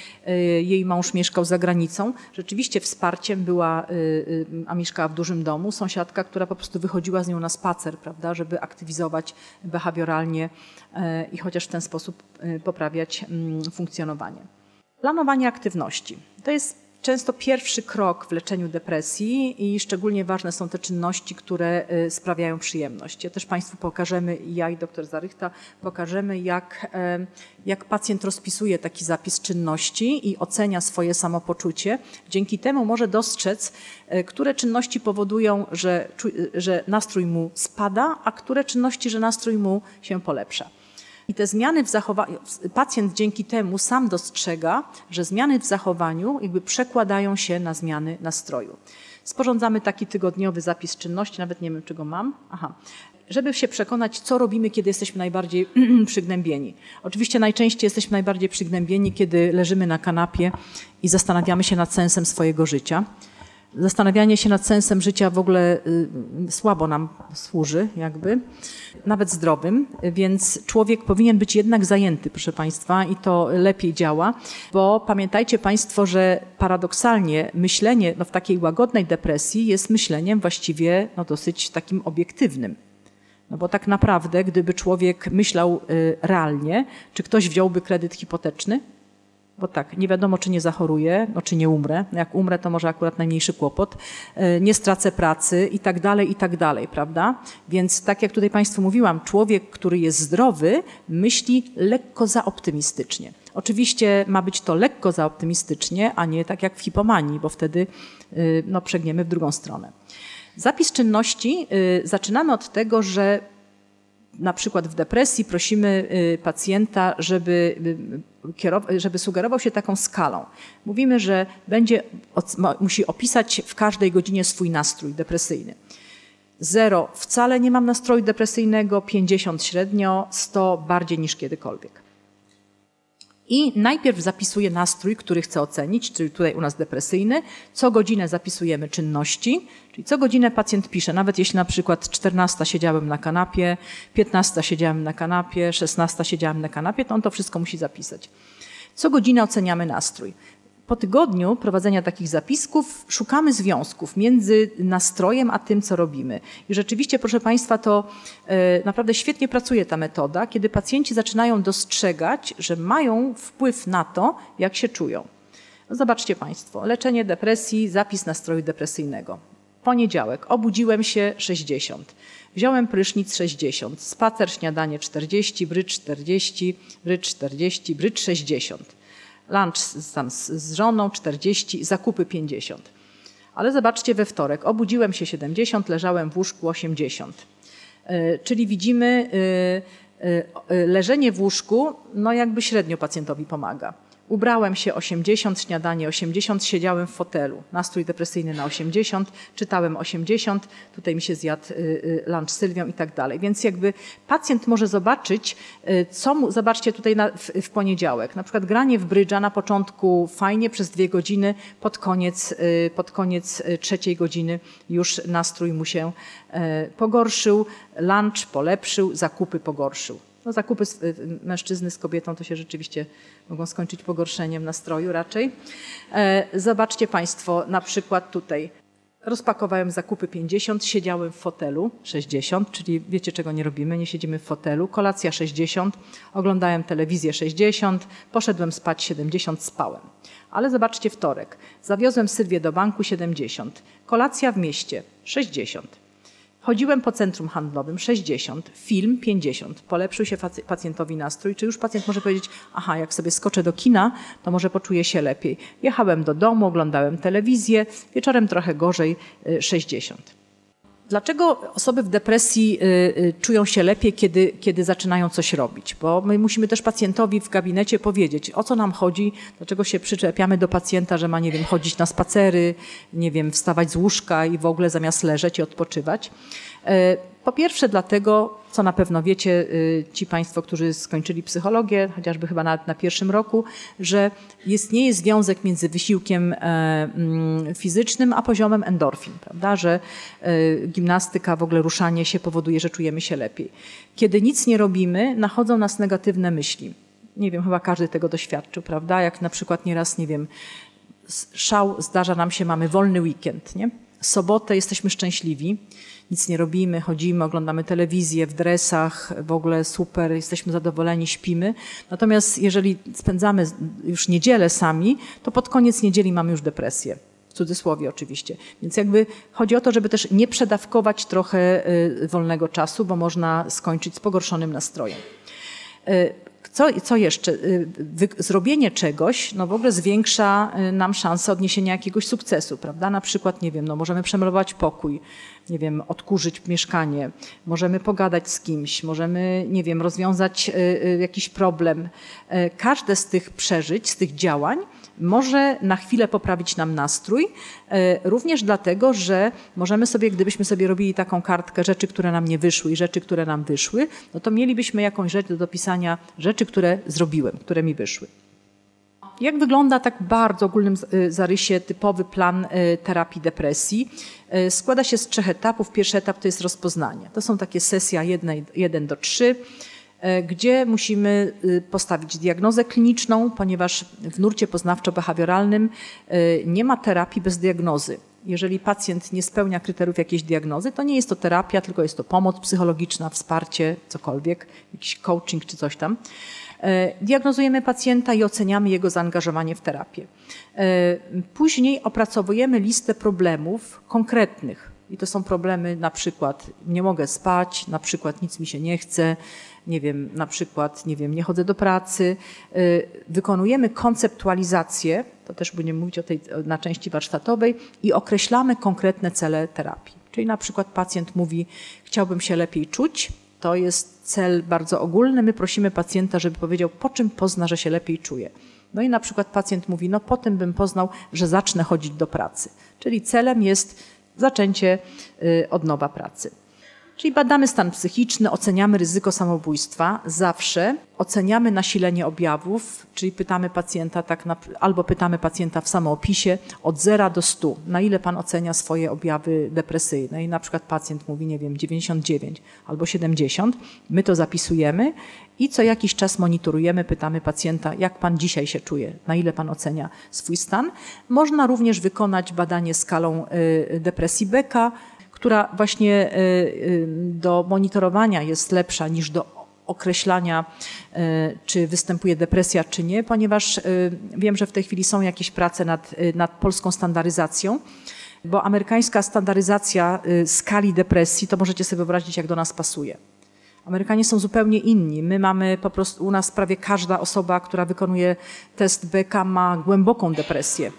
Speaker 1: jej mąż mieszkał za granicą, rzeczywiście wsparciem była, a mieszkała w dużym domu, sąsiadka, która po prostu wychodziła z nią na spacer, prawda, żeby aktywizować behawioralnie i chociaż w ten sposób poprawiać funkcjonowanie. Planowanie aktywności. To jest często pierwszy krok w leczeniu depresji i szczególnie ważne są te czynności, które sprawiają przyjemność. Ja też Państwu pokażemy, ja i doktor Zarychta pokażemy, jak, jak pacjent rozpisuje taki zapis czynności i ocenia swoje samopoczucie. Dzięki temu może dostrzec, które czynności powodują, że, że nastrój mu spada, a które czynności, że nastrój mu się polepsza. I te zmiany w zachowaniu, pacjent dzięki temu sam dostrzega, że zmiany w zachowaniu jakby przekładają się na zmiany nastroju. Sporządzamy taki tygodniowy zapis czynności, nawet nie wiem, czy go mam. Aha. Żeby się przekonać, co robimy, kiedy jesteśmy najbardziej przygnębieni. Oczywiście najczęściej jesteśmy najbardziej przygnębieni, kiedy leżymy na kanapie i zastanawiamy się nad sensem swojego życia. Zastanawianie się nad sensem życia w ogóle y, słabo nam służy, jakby, nawet zdrowym, więc człowiek powinien być jednak zajęty, proszę Państwa, i to lepiej działa, bo pamiętajcie Państwo, że paradoksalnie myślenie no, w takiej łagodnej depresji jest myśleniem właściwie no, dosyć takim obiektywnym. No bo tak naprawdę, gdyby człowiek myślał y, realnie, czy ktoś wziąłby kredyt hipoteczny? Bo tak, nie wiadomo, czy nie zachoruję, no, czy nie umrę. Jak umrę, to może akurat najmniejszy kłopot. Nie stracę pracy i tak dalej, i tak dalej, prawda? Więc tak jak tutaj Państwu mówiłam, człowiek, który jest zdrowy, myśli lekko za optymistycznie. Oczywiście ma być to lekko za optymistycznie, a nie tak jak w hipomanii, bo wtedy no, przegniemy w drugą stronę. Zapis czynności zaczynamy od tego, że na przykład w depresji prosimy pacjenta, żeby, żeby sugerował się taką skalą. Mówimy, że będzie, musi opisać w każdej godzinie swój nastrój depresyjny. Zero, wcale nie mam nastroju depresyjnego, pięćdziesiąt średnio, sto bardziej niż kiedykolwiek. I najpierw zapisuję nastrój, który chcę ocenić, czyli tutaj u nas depresyjny. Co godzinę zapisujemy czynności, czyli co godzinę pacjent pisze, nawet jeśli na przykład czternasta siedziałem na kanapie, piętnasta siedziałem na kanapie, szesnasta siedziałem na kanapie, to on to wszystko musi zapisać. Co godzinę oceniamy nastrój. Po tygodniu prowadzenia takich zapisków szukamy związków między nastrojem a tym, co robimy. I rzeczywiście, proszę Państwa, to e, naprawdę świetnie pracuje ta metoda, kiedy pacjenci zaczynają dostrzegać, że mają wpływ na to, jak się czują. No zobaczcie Państwo, leczenie depresji, zapis nastroju depresyjnego. Poniedziałek, obudziłem się sześćdziesiąt. Wziąłem prysznic sześćdziesiąt, spacer, śniadanie czterdzieści, brydż czterdzieści, brydż czterdzieści, brydż sześćdziesiąt. Lunch z, tam z, z żoną czterdzieści, zakupy pięćdziesiąt. Ale zobaczcie, we wtorek obudziłem się siedemdziesiąt, leżałem w łóżku osiemdziesiąt. Yy, czyli widzimy, yy, yy, leżenie w łóżku, no jakby średnio pacjentowi pomaga. Ubrałem się osiemdziesiąt, śniadanie osiemdziesiąt, siedziałem w fotelu, nastrój depresyjny na osiemdziesiąt, czytałem osiemdziesiąt, tutaj mi się zjadł lunch z Sylwią i tak dalej. Więc jakby pacjent może zobaczyć, co mu, zobaczcie tutaj na, w, w poniedziałek, na przykład granie w brydża na początku fajnie przez dwie godziny, pod koniec, pod koniec trzeciej godziny już nastrój mu się pogorszył, lunch polepszył, zakupy pogorszył. No, zakupy mężczyzny z kobietą to się rzeczywiście mogą skończyć pogorszeniem nastroju raczej. Zobaczcie Państwo, na przykład tutaj rozpakowałem zakupy pięćdziesiąt, siedziałem w fotelu sześćdziesiąt, czyli wiecie czego nie robimy, nie siedzimy w fotelu, kolacja sześćdziesiąt, oglądałem telewizję sześćdziesiąt, poszedłem spać siedemdziesiąt, spałem. Ale zobaczcie wtorek, zawiozłem Sylwię do banku siedemdziesiąt, kolacja w mieście sześćdziesiąt. Chodziłem po centrum handlowym sześćdziesiąt, film pięćdziesiąt. Polepszył się pacjentowi nastrój. Czy już pacjent może powiedzieć, aha, jak sobie skoczę do kina, to może poczuję się lepiej. Jechałem do domu, oglądałem telewizję, wieczorem trochę gorzej, sześćdziesiąt. Dlaczego osoby w depresji y, czują się lepiej, kiedy, kiedy zaczynają coś robić? Bo my musimy też pacjentowi w gabinecie powiedzieć, o co nam chodzi, dlaczego się przyczepiamy do pacjenta, że ma, nie wiem, chodzić na spacery, nie wiem, wstawać z łóżka i w ogóle zamiast leżeć i odpoczywać. Po pierwsze dlatego, co na pewno wiecie ci Państwo, którzy skończyli psychologię, chociażby chyba nawet na pierwszym roku, że istnieje związek między wysiłkiem fizycznym a poziomem endorfin, prawda? Że gimnastyka, w ogóle ruszanie się powoduje, że czujemy się lepiej. Kiedy nic nie robimy, nachodzą nas negatywne myśli. Nie wiem, chyba każdy tego doświadczył, prawda? Jak na przykład nieraz, nie wiem, szał zdarza nam się, mamy wolny weekend, nie? Sobotę jesteśmy szczęśliwi, nic nie robimy, chodzimy, oglądamy telewizję w dresach, w ogóle super, jesteśmy zadowoleni, śpimy. Natomiast jeżeli spędzamy już niedzielę sami, to pod koniec niedzieli mamy już depresję. W cudzysłowie oczywiście. Więc jakby chodzi o to, żeby też nie przedawkować trochę wolnego czasu, bo można skończyć z pogorszonym nastrojem. Co, co jeszcze? Wy, zrobienie czegoś no w ogóle zwiększa nam szansę odniesienia jakiegoś sukcesu, prawda? Na przykład, nie wiem, no możemy przemalować pokój, nie wiem, odkurzyć mieszkanie, możemy pogadać z kimś, możemy, nie wiem, rozwiązać y, y, jakiś problem. Y, każde z tych przeżyć, z tych działań może na chwilę poprawić nam nastrój, również dlatego, że możemy sobie, gdybyśmy sobie robili taką kartkę rzeczy, które nam nie wyszły i rzeczy, które nam wyszły, no to mielibyśmy jakąś rzecz do dopisania rzeczy, które zrobiłem, które mi wyszły. Jak wygląda tak bardzo ogólnym zarysie typowy plan terapii depresji? Składa się z trzech etapów. Pierwszy etap to jest rozpoznanie. To są takie sesja jeden do trzy, gdzie musimy postawić diagnozę kliniczną, ponieważ w nurcie poznawczo-behawioralnym nie ma terapii bez diagnozy. Jeżeli pacjent nie spełnia kryteriów jakiejś diagnozy, to nie jest to terapia, tylko jest to pomoc psychologiczna, wsparcie, cokolwiek, jakiś coaching czy coś tam. Diagnozujemy pacjenta i oceniamy jego zaangażowanie w terapię. Później opracowujemy listę problemów konkretnych. I to są problemy na przykład nie mogę spać, na przykład nic mi się nie chce, nie wiem, na przykład nie wiem, nie chodzę do pracy. Wykonujemy konceptualizację, to też będziemy mówić o tej na części warsztatowej i określamy konkretne cele terapii. Czyli Czyli na przykład pacjent mówi, chciałbym się lepiej czuć, to jest cel bardzo ogólny. My prosimy pacjenta, żeby powiedział, po czym pozna, że się lepiej czuje. No i na przykład pacjent mówi, no po tym bym poznał, że zacznę chodzić do pracy. Czyli celem jest zaczęcie od nowa pracy. Czyli badamy stan psychiczny, oceniamy ryzyko samobójstwa zawsze, oceniamy nasilenie objawów, czyli pytamy pacjenta tak na, albo pytamy pacjenta w samoopisie od zera do stu, na ile pan ocenia swoje objawy depresyjne. I na przykład pacjent mówi, nie wiem, dziewięćdziesiąt dziewięć albo siedemdziesiąt, my to zapisujemy i co jakiś czas monitorujemy, pytamy pacjenta, jak pan dzisiaj się czuje, na ile pan ocenia swój stan. Można również wykonać badanie skalą depresji Becka, która właśnie do monitorowania jest lepsza niż do określania, czy występuje depresja, czy nie, ponieważ wiem, że w tej chwili są jakieś prace nad, nad polską standaryzacją, bo amerykańska standaryzacja skali depresji, to możecie sobie wyobrazić, jak do nas pasuje. Amerykanie są zupełnie inni. My mamy po prostu, u nas prawie każda osoba, która wykonuje test Becka, ma głęboką depresję,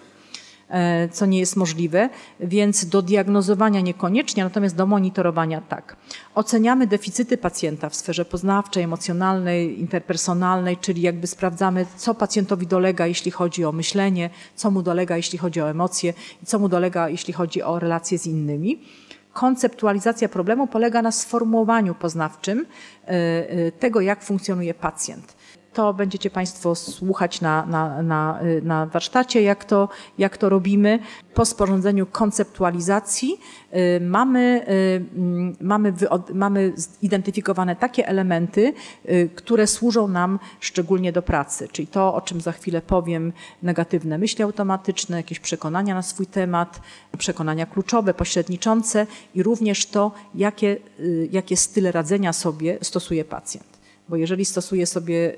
Speaker 1: co nie jest możliwe, więc do diagnozowania niekoniecznie, natomiast do monitorowania tak. Oceniamy deficyty pacjenta w sferze poznawczej, emocjonalnej, interpersonalnej, czyli jakby sprawdzamy, co pacjentowi dolega, jeśli chodzi o myślenie, co mu dolega, jeśli chodzi o emocje i co mu dolega, jeśli chodzi o relacje z innymi. Konceptualizacja problemu polega na sformułowaniu poznawczym tego, jak funkcjonuje pacjent. To będziecie Państwo słuchać na, na, na, na warsztacie, jak to, jak to robimy. Po sporządzeniu konceptualizacji y, mamy, y, mamy, wyod, mamy zidentyfikowane takie elementy, y, które służą nam szczególnie do pracy. Czyli to, o czym za chwilę powiem, negatywne myśli automatyczne, jakieś przekonania na swój temat, przekonania kluczowe, pośredniczące i również to, jakie, y, jakie style radzenia sobie stosuje pacjent. Bo jeżeli stosuje sobie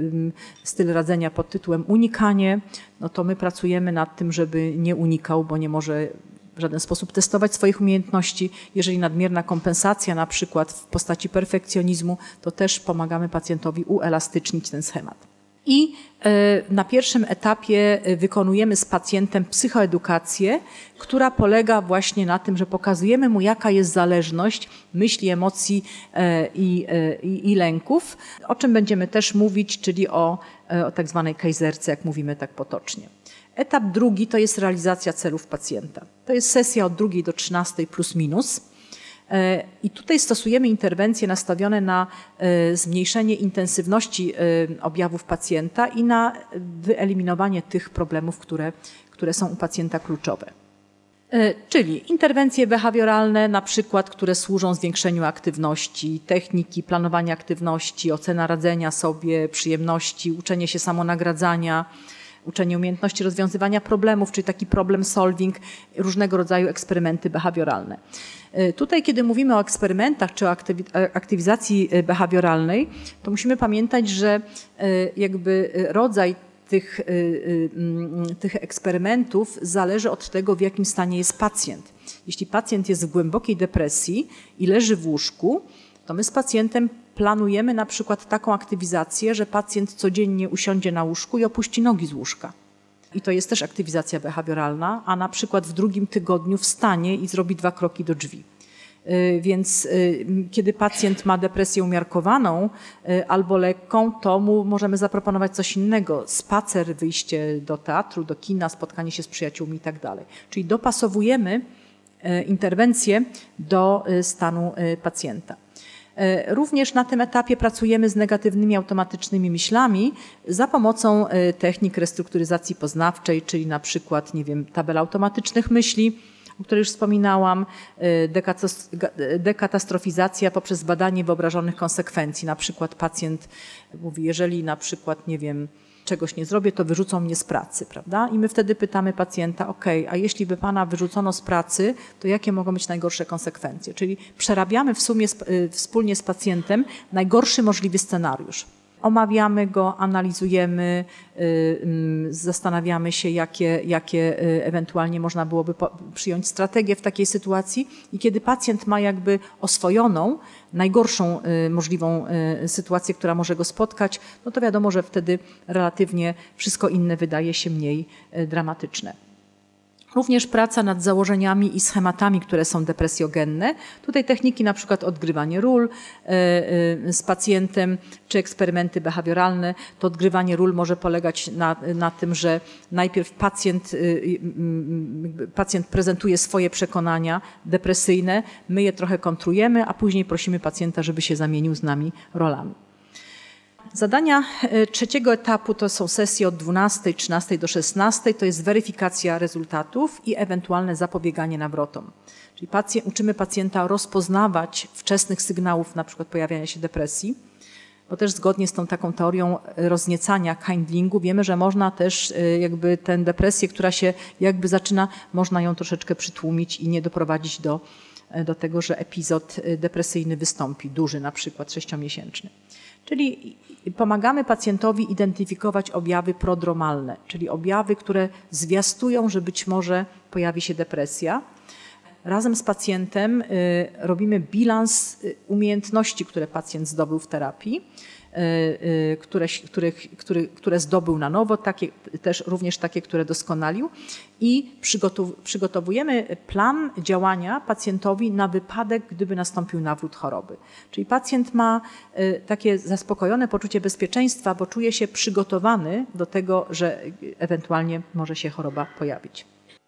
Speaker 1: styl radzenia pod tytułem unikanie, no to my pracujemy nad tym, żeby nie unikał, bo nie może w żaden sposób testować swoich umiejętności. Jeżeli nadmierna kompensacja, na przykład w postaci perfekcjonizmu, to też pomagamy pacjentowi uelastycznić ten schemat. I na pierwszym etapie wykonujemy z pacjentem psychoedukację, która polega właśnie na tym, że pokazujemy mu, jaka jest zależność myśli, emocji i, i, i lęków, o czym będziemy też mówić, czyli o, o tak zwanej kajzerce, jak mówimy tak potocznie. Etap drugi to jest realizacja celów pacjenta. To jest sesja od drugiej do trzynastej plus minus. I tutaj stosujemy interwencje nastawione na zmniejszenie intensywności objawów pacjenta i na wyeliminowanie tych problemów, które, które są u pacjenta kluczowe. Czyli interwencje behawioralne, na przykład, które służą zwiększeniu aktywności, techniki planowania aktywności, ocena radzenia sobie, przyjemności, uczenie się samonagradzania, uczenie umiejętności rozwiązywania problemów, czyli taki problem solving, różnego rodzaju eksperymenty behawioralne. Tutaj, kiedy mówimy o eksperymentach czy o aktywizacji behawioralnej, to musimy pamiętać, że jakby rodzaj tych, tych eksperymentów zależy od tego, w jakim stanie jest pacjent. Jeśli pacjent jest w głębokiej depresji i leży w łóżku, to my z pacjentem planujemy na przykład taką aktywizację, że pacjent codziennie usiądzie na łóżku i opuści nogi z łóżka. I to jest też aktywizacja behawioralna, a na przykład w drugim tygodniu wstanie i zrobi dwa kroki do drzwi. Więc kiedy pacjent ma depresję umiarkowaną albo lekką, to mu możemy zaproponować coś innego. Spacer, wyjście do teatru, do kina, spotkanie się z przyjaciółmi i tak dalej. Czyli dopasowujemy interwencję do stanu pacjenta. Również na tym etapie pracujemy z negatywnymi automatycznymi myślami za pomocą technik restrukturyzacji poznawczej, czyli na przykład, nie wiem, tabel automatycznych myśli, o której już wspominałam, dekatastrofizacja poprzez badanie wyobrażonych konsekwencji. Na przykład pacjent mówi, jeżeli na przykład, nie wiem, czegoś nie zrobię, to wyrzucą mnie z pracy, prawda? I my wtedy pytamy pacjenta, ok, a jeśli by pana wyrzucono z pracy, to jakie mogą być najgorsze konsekwencje? Czyli przerabiamy w sumie wspólnie z pacjentem najgorszy możliwy scenariusz. Omawiamy go, analizujemy, zastanawiamy się, jakie, jakie ewentualnie można byłoby przyjąć strategię w takiej sytuacji. I kiedy pacjent ma jakby oswojoną, najgorszą możliwą sytuację, która może go spotkać, no to wiadomo, że wtedy relatywnie wszystko inne wydaje się mniej dramatyczne. Również praca nad założeniami i schematami, które są depresjogenne. Tutaj techniki na przykład odgrywanie ról z pacjentem, czy eksperymenty behawioralne. To odgrywanie ról może polegać na, na tym, że najpierw pacjent, pacjent prezentuje swoje przekonania depresyjne, my je trochę kontrujemy, a później prosimy pacjenta, żeby się zamienił z nami rolami. Zadania trzeciego etapu to są sesje od dwunastej, trzynastej do szesnastej, to jest weryfikacja rezultatów i ewentualne zapobieganie nawrotom. Czyli pacjent, uczymy pacjenta rozpoznawać wczesnych sygnałów na przykład pojawiania się depresji, bo też zgodnie z tą taką teorią rozniecania, kindlingu, wiemy, że można też jakby tę depresję, która się jakby zaczyna, można ją troszeczkę przytłumić i nie doprowadzić do, do tego, że epizod depresyjny wystąpi, duży na przykład, sześciomiesięczny. Czyli pomagamy pacjentowi identyfikować objawy prodromalne, czyli objawy, które zwiastują, że być może pojawi się depresja. Razem z pacjentem robimy bilans umiejętności, które pacjent zdobył w terapii, które, które, które, które zdobył na nowo, takie, też również takie, które doskonalił i przygotowujemy plan działania pacjentowi na wypadek, gdyby nastąpił nawrót choroby. Czyli pacjent ma takie zaspokojone poczucie bezpieczeństwa, bo czuje się przygotowany do tego, że ewentualnie może się choroba pojawić.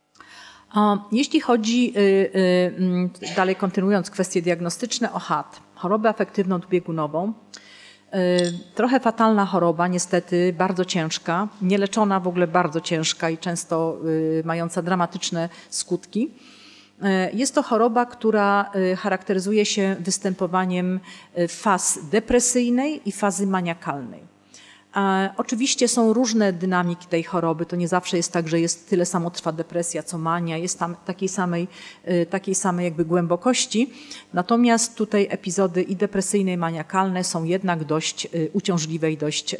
Speaker 1: Jeśli chodzi, dalej kontynuując kwestie diagnostyczne, o H A T, chorobę afektywną dwubiegunową, trochę fatalna choroba, niestety bardzo ciężka, nieleczona, w ogóle bardzo ciężka i często mająca dramatyczne skutki. Jest to choroba, która charakteryzuje się występowaniem faz depresyjnej i fazy maniakalnej. Oczywiście są różne dynamiki tej choroby. To nie zawsze jest tak, że jest tyle samo trwa depresja, co mania. Jest tam takiej samej, takiej samej jakby głębokości. Natomiast tutaj epizody i depresyjne, i maniakalne są jednak dość uciążliwe i dość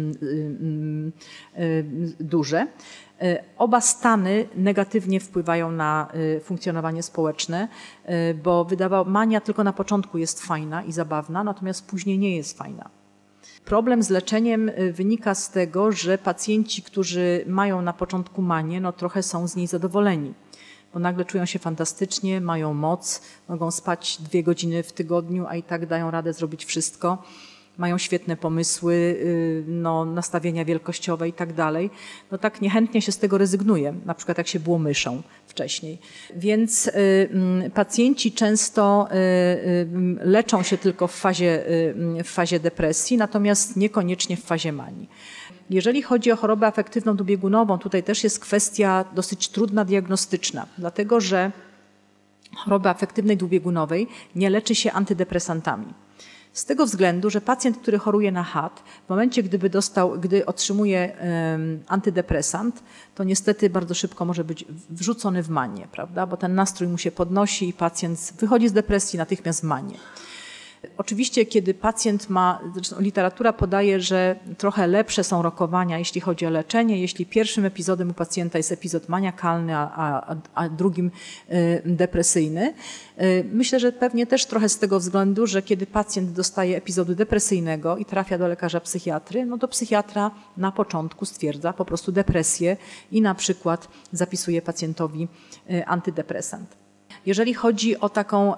Speaker 1: duże. Oba stany negatywnie wpływają na funkcjonowanie społeczne, bo wydawało, mania tylko na początku jest fajna i zabawna, natomiast później nie jest fajna. Problem z leczeniem wynika z tego, że pacjenci, którzy mają na początku manię, no trochę są z niej zadowoleni, bo nagle czują się fantastycznie, mają moc, mogą spać dwie godziny w tygodniu, a i tak dają radę zrobić wszystko. Mają świetne pomysły, no, nastawienia wielkościowe i tak dalej. No tak niechętnie się z tego rezygnuje, na przykład jak się było myszą wcześniej. Więc y, y, pacjenci często y, y, leczą się tylko w fazie, y, w fazie depresji, natomiast niekoniecznie w fazie manii. Jeżeli chodzi o chorobę afektywną dwubiegunową, tutaj też jest kwestia dosyć trudna diagnostyczna, dlatego że choroby afektywnej dwubiegunowej nie leczy się antydepresantami. Z tego względu, że pacjent, który choruje na H A T, w momencie, gdyby dostał, gdy otrzymuje um, antydepresant, to niestety bardzo szybko może być wrzucony w manię, prawda? Bo ten nastrój mu się podnosi i pacjent wychodzi z depresji natychmiast w manię. Oczywiście, kiedy pacjent ma, zresztą literatura podaje, że trochę lepsze są rokowania, jeśli chodzi o leczenie. Jeśli pierwszym epizodem u pacjenta jest epizod maniakalny, a, a, a drugim y, depresyjny. Y, myślę, że pewnie też trochę z tego względu, że kiedy pacjent dostaje epizodu depresyjnego i trafia do lekarza psychiatry, no to psychiatra na początku stwierdza po prostu depresję i na przykład zapisuje pacjentowi y, antydepresant. Jeżeli chodzi o taką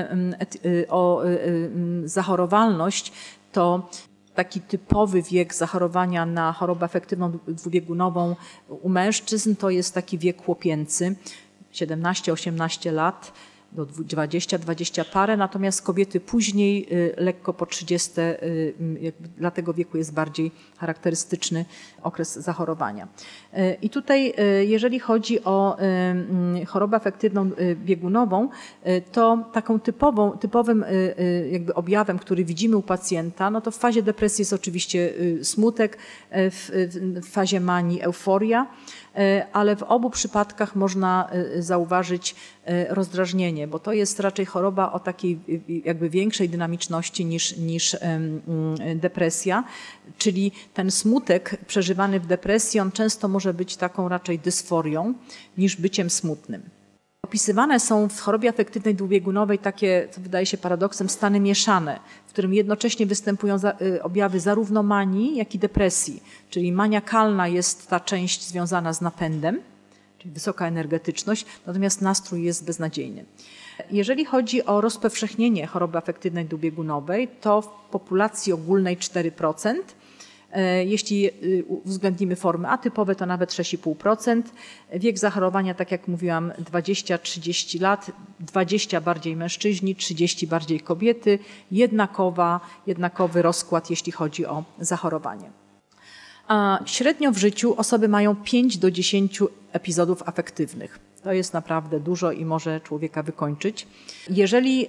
Speaker 1: o zachorowalność, to taki typowy wiek zachorowania na chorobę afektywną dwubiegunową u mężczyzn to jest taki wiek chłopięcy, siedemnaście osiemnaście lat, do dwadzieścia dwadzieścia parę, natomiast kobiety później, lekko po trzydzieści, dla tego wieku jest bardziej charakterystyczny okres zachorowania. I tutaj, jeżeli chodzi o chorobę afektywną biegunową, to taką typową, typowym jakby objawem, który widzimy u pacjenta, no to w fazie depresji jest oczywiście smutek, w fazie manii euforia, ale w obu przypadkach można zauważyć rozdrażnienie, bo to jest raczej choroba o takiej jakby większej dynamiczności niż, niż depresja, czyli ten smutek przeżywany w depresji, on często może być taką raczej dysforią niż byciem smutnym. Opisywane są w chorobie afektywnej dwubiegunowej takie, co wydaje się paradoksem, stany mieszane, w którym jednocześnie występują za, y, objawy zarówno manii, jak i depresji. Czyli maniakalna jest ta część związana z napędem, czyli wysoka energetyczność, natomiast nastrój jest beznadziejny. Jeżeli chodzi o rozpowszechnienie choroby afektywnej dwubiegunowej, to w populacji ogólnej cztery procent. Jeśli uwzględnimy formy atypowe, to nawet sześć i pół procent. Wiek zachorowania, tak jak mówiłam, dwadzieścia do trzydziestu lat, dwadzieścia bardziej mężczyźni, trzydzieści bardziej kobiety, jednakowa, jednakowy rozkład, jeśli chodzi o zachorowanie. A średnio w życiu osoby mają pięć do dziesięciu epizodów afektywnych. To jest naprawdę dużo i może człowieka wykończyć. Jeżeli,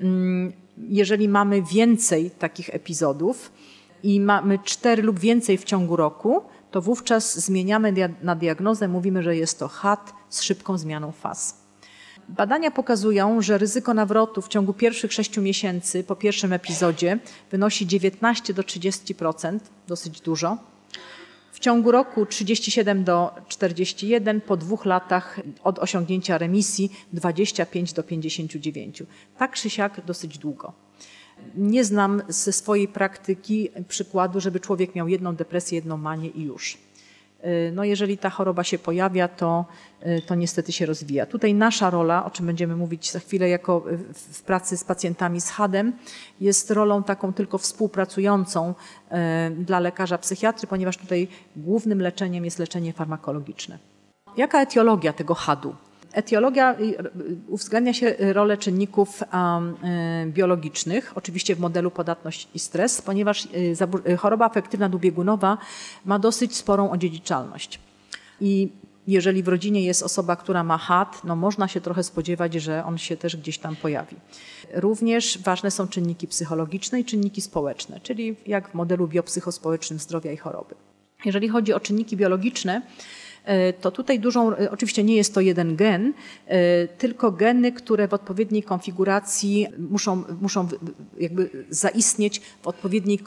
Speaker 1: jeżeli mamy więcej takich epizodów i mamy cztery lub więcej w ciągu roku, to wówczas zmieniamy na diagnozę, mówimy, że jest to H A D z szybką zmianą faz. Badania pokazują, że ryzyko nawrotu w ciągu pierwszych sześciu miesięcy po pierwszym epizodzie wynosi dziewiętnaście do trzydziestu procent, dosyć dużo. W ciągu roku trzydzieści siedem do czterdziestu jeden, po dwóch latach od osiągnięcia remisji dwadzieścia pięć do pięćdziesięciu dziewięciu. Tak czy siak dosyć długo. Nie znam ze swojej praktyki przykładu, żeby człowiek miał jedną depresję, jedną manię i już. No jeżeli ta choroba się pojawia, to, to niestety się rozwija. Tutaj nasza rola, o czym będziemy mówić za chwilę, jako w pracy z pacjentami z H A D-em, jest rolą taką tylko współpracującą dla lekarza psychiatry, ponieważ tutaj głównym leczeniem jest leczenie farmakologiczne. Jaka etiologia tego H A D-u? Etiologia uwzględnia się rolę czynników um, biologicznych, oczywiście w modelu podatność i stres, ponieważ choroba afektywna dwubiegunowa ma dosyć sporą odziedziczalność. I jeżeli w rodzinie jest osoba, która ma H A D, no można się trochę spodziewać, że on się też gdzieś tam pojawi. Również ważne są czynniki psychologiczne i czynniki społeczne, czyli jak w modelu biopsychospołecznym zdrowia i choroby. Jeżeli chodzi o czynniki biologiczne, to tutaj dużą, oczywiście nie jest to jeden gen, tylko geny, które w odpowiedniej konfiguracji muszą, muszą jakby zaistnieć w odpowiedniej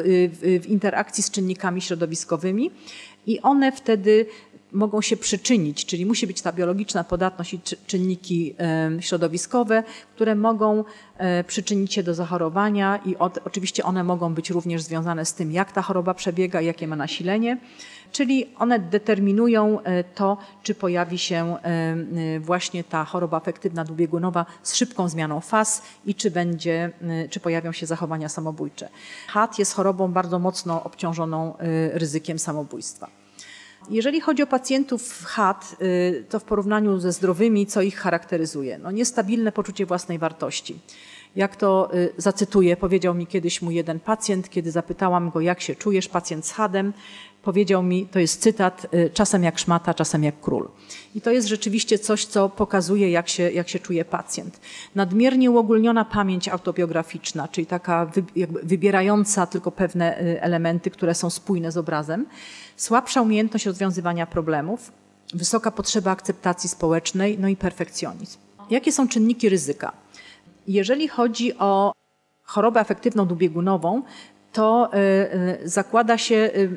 Speaker 1: w interakcji z czynnikami środowiskowymi i one wtedy mogą się przyczynić, czyli musi być ta biologiczna podatność i czynniki środowiskowe, które mogą przyczynić się do zachorowania i od, oczywiście one mogą być również związane z tym, jak ta choroba przebiega, jakie ma nasilenie, czyli one determinują to, czy pojawi się właśnie ta choroba afektywna dwubiegunowa z szybką zmianą faz i czy będzie, czy pojawią się zachowania samobójcze. H A D jest chorobą bardzo mocno obciążoną ryzykiem samobójstwa. Jeżeli chodzi o pacjentów H A D, to w porównaniu ze zdrowymi, co ich charakteryzuje? No, niestabilne poczucie własnej wartości. Jak to zacytuję, powiedział mi kiedyś mój jeden pacjent, kiedy zapytałam go, jak się czujesz, pacjent z H A D-em, powiedział mi, to jest cytat, czasem jak szmata, czasem jak król. I to jest rzeczywiście coś, co pokazuje, jak się, jak się czuje pacjent. Nadmiernie uogólniona pamięć autobiograficzna, czyli taka wy, jakby wybierająca tylko pewne elementy, które są spójne z obrazem. Słabsza umiejętność rozwiązywania problemów, wysoka potrzeba akceptacji społecznej, no i perfekcjonizm. Jakie są czynniki ryzyka? Jeżeli chodzi o chorobę afektywną dwubiegunową, to y, y, zakłada się, y,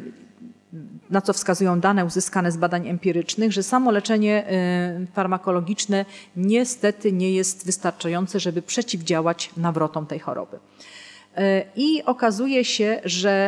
Speaker 1: na co wskazują dane uzyskane z badań empirycznych, że samo leczenie y, farmakologiczne niestety nie jest wystarczające, żeby przeciwdziałać nawrotom tej choroby. Y, I okazuje się, że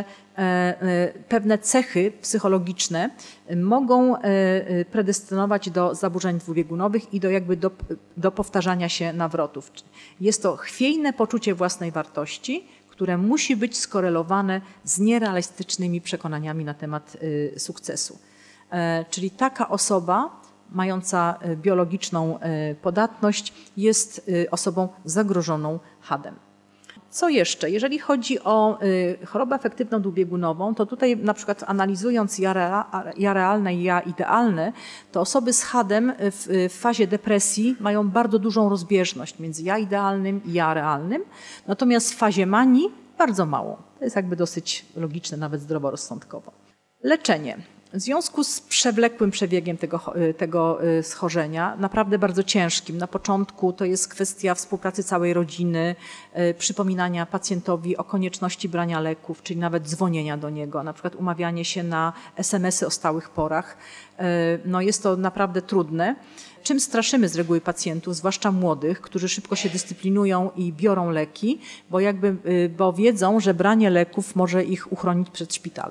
Speaker 1: pewne cechy psychologiczne mogą predestynować do zaburzeń dwubiegunowych i do, jakby do, do powtarzania się nawrotów. Jest to chwiejne poczucie własnej wartości, które musi być skorelowane z nierealistycznymi przekonaniami na temat sukcesu. Czyli taka osoba mająca biologiczną podatność jest osobą zagrożoną H A D-em. Co jeszcze? Jeżeli chodzi o y, chorobę afektywną dwubiegunową, to tutaj na przykład analizując ja, rea, ja realne i ja idealne, to osoby z H A D-em w, w fazie depresji mają bardzo dużą rozbieżność między ja idealnym i ja realnym, natomiast w fazie manii bardzo małą. To jest jakby dosyć logiczne, nawet zdroworozsądkowo. Leczenie. W związku z przewlekłym przebiegiem tego, tego schorzenia, naprawdę bardzo ciężkim, na początku to jest kwestia współpracy całej rodziny, przypominania pacjentowi o konieczności brania leków, czyli nawet dzwonienia do niego, na przykład umawianie się na es em esy o stałych porach. No jest to naprawdę trudne. Czym straszymy z reguły pacjentów, zwłaszcza młodych, którzy szybko się dyscyplinują i biorą leki, bo, jakby, bo wiedzą, że branie leków może ich uchronić przed szpitalem.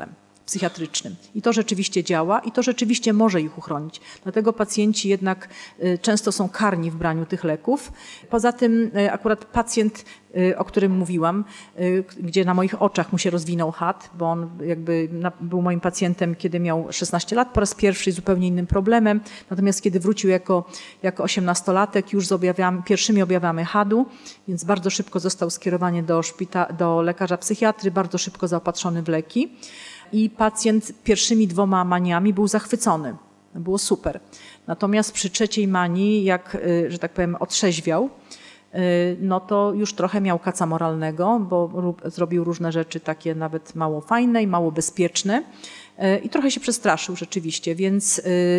Speaker 1: psychiatrycznym. I to rzeczywiście działa i to rzeczywiście może ich uchronić. Dlatego pacjenci jednak często są karni w braniu tych leków. Poza tym akurat pacjent, o którym mówiłam, gdzie na moich oczach mu się rozwinął H A T, bo on jakby był moim pacjentem, kiedy miał szesnaście lat po raz pierwszy i zupełnie innym problemem. Natomiast kiedy wrócił jako, jako osiemnastolatek już z objawami, pierwszymi objawami H A D-u, więc bardzo szybko został skierowany do szpita, do lekarza psychiatry, bardzo szybko zaopatrzony w leki. I pacjent pierwszymi dwoma maniami był zachwycony. Było super. Natomiast przy trzeciej manii, jak, że tak powiem, otrzeźwiał, no to już trochę miał kaca moralnego, bo zrobił różne rzeczy takie nawet mało fajne i mało bezpieczne. I trochę się przestraszył rzeczywiście, więc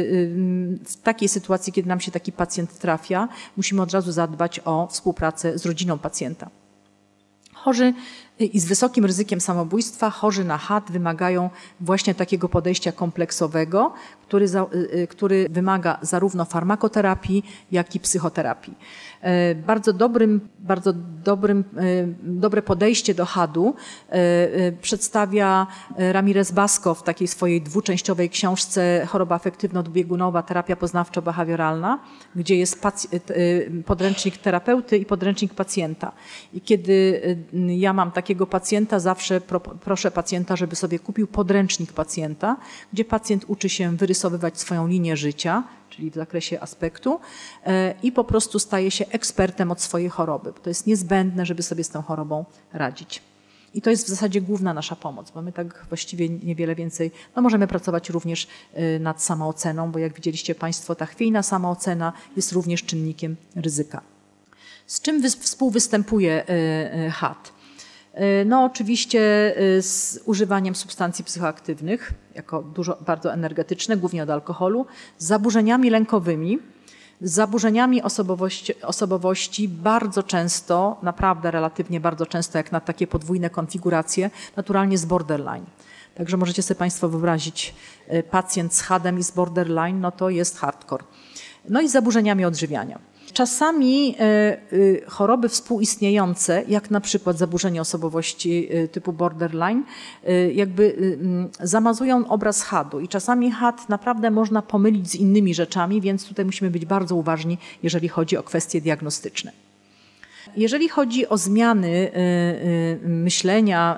Speaker 1: w takiej sytuacji, kiedy nam się taki pacjent trafia, musimy od razu zadbać o współpracę z rodziną pacjenta. Chorzy i z wysokim ryzykiem samobójstwa, chorzy na H A T wymagają właśnie takiego podejścia kompleksowego, który, za, który wymaga zarówno farmakoterapii, jak i psychoterapii. Bardzo dobrym, bardzo dobrym, dobre podejście do H A D-u przedstawia Ramirez Basco w takiej swojej dwuczęściowej książce Choroba afektywno-dwubiegunowa, terapia poznawczo-behawioralna, gdzie jest podręcznik terapeuty i podręcznik pacjenta. I kiedy ja mam takiego pacjenta, zawsze pro, proszę pacjenta, żeby sobie kupił podręcznik pacjenta, gdzie pacjent uczy się wyrysowywać swoją linię życia, czyli w zakresie aspektu i po prostu staje się ekspertem od swojej choroby. To jest niezbędne, żeby sobie z tą chorobą radzić. I to jest w zasadzie główna nasza pomoc, bo my tak właściwie niewiele więcej, no możemy pracować również nad samooceną, bo jak widzieliście Państwo, ta chwiejna samoocena jest również czynnikiem ryzyka. Z czym współwystępuje H A T? No oczywiście z używaniem substancji psychoaktywnych, jako dużo, bardzo energetyczne, głównie od alkoholu, z zaburzeniami lękowymi, z zaburzeniami osobowości, osobowości bardzo często, naprawdę relatywnie bardzo często, jak na takie podwójne konfiguracje, naturalnie z borderline. Także możecie sobie Państwo wyobrazić, pacjent z H A D-em i z borderline, no to jest hardcore. No i z zaburzeniami odżywiania. Czasami choroby współistniejące, jak na przykład zaburzenie osobowości typu borderline, jakby zamazują obraz H A D-u i czasami H A T naprawdę można pomylić z innymi rzeczami, więc tutaj musimy być bardzo uważni, jeżeli chodzi o kwestie diagnostyczne. Jeżeli chodzi o zmiany myślenia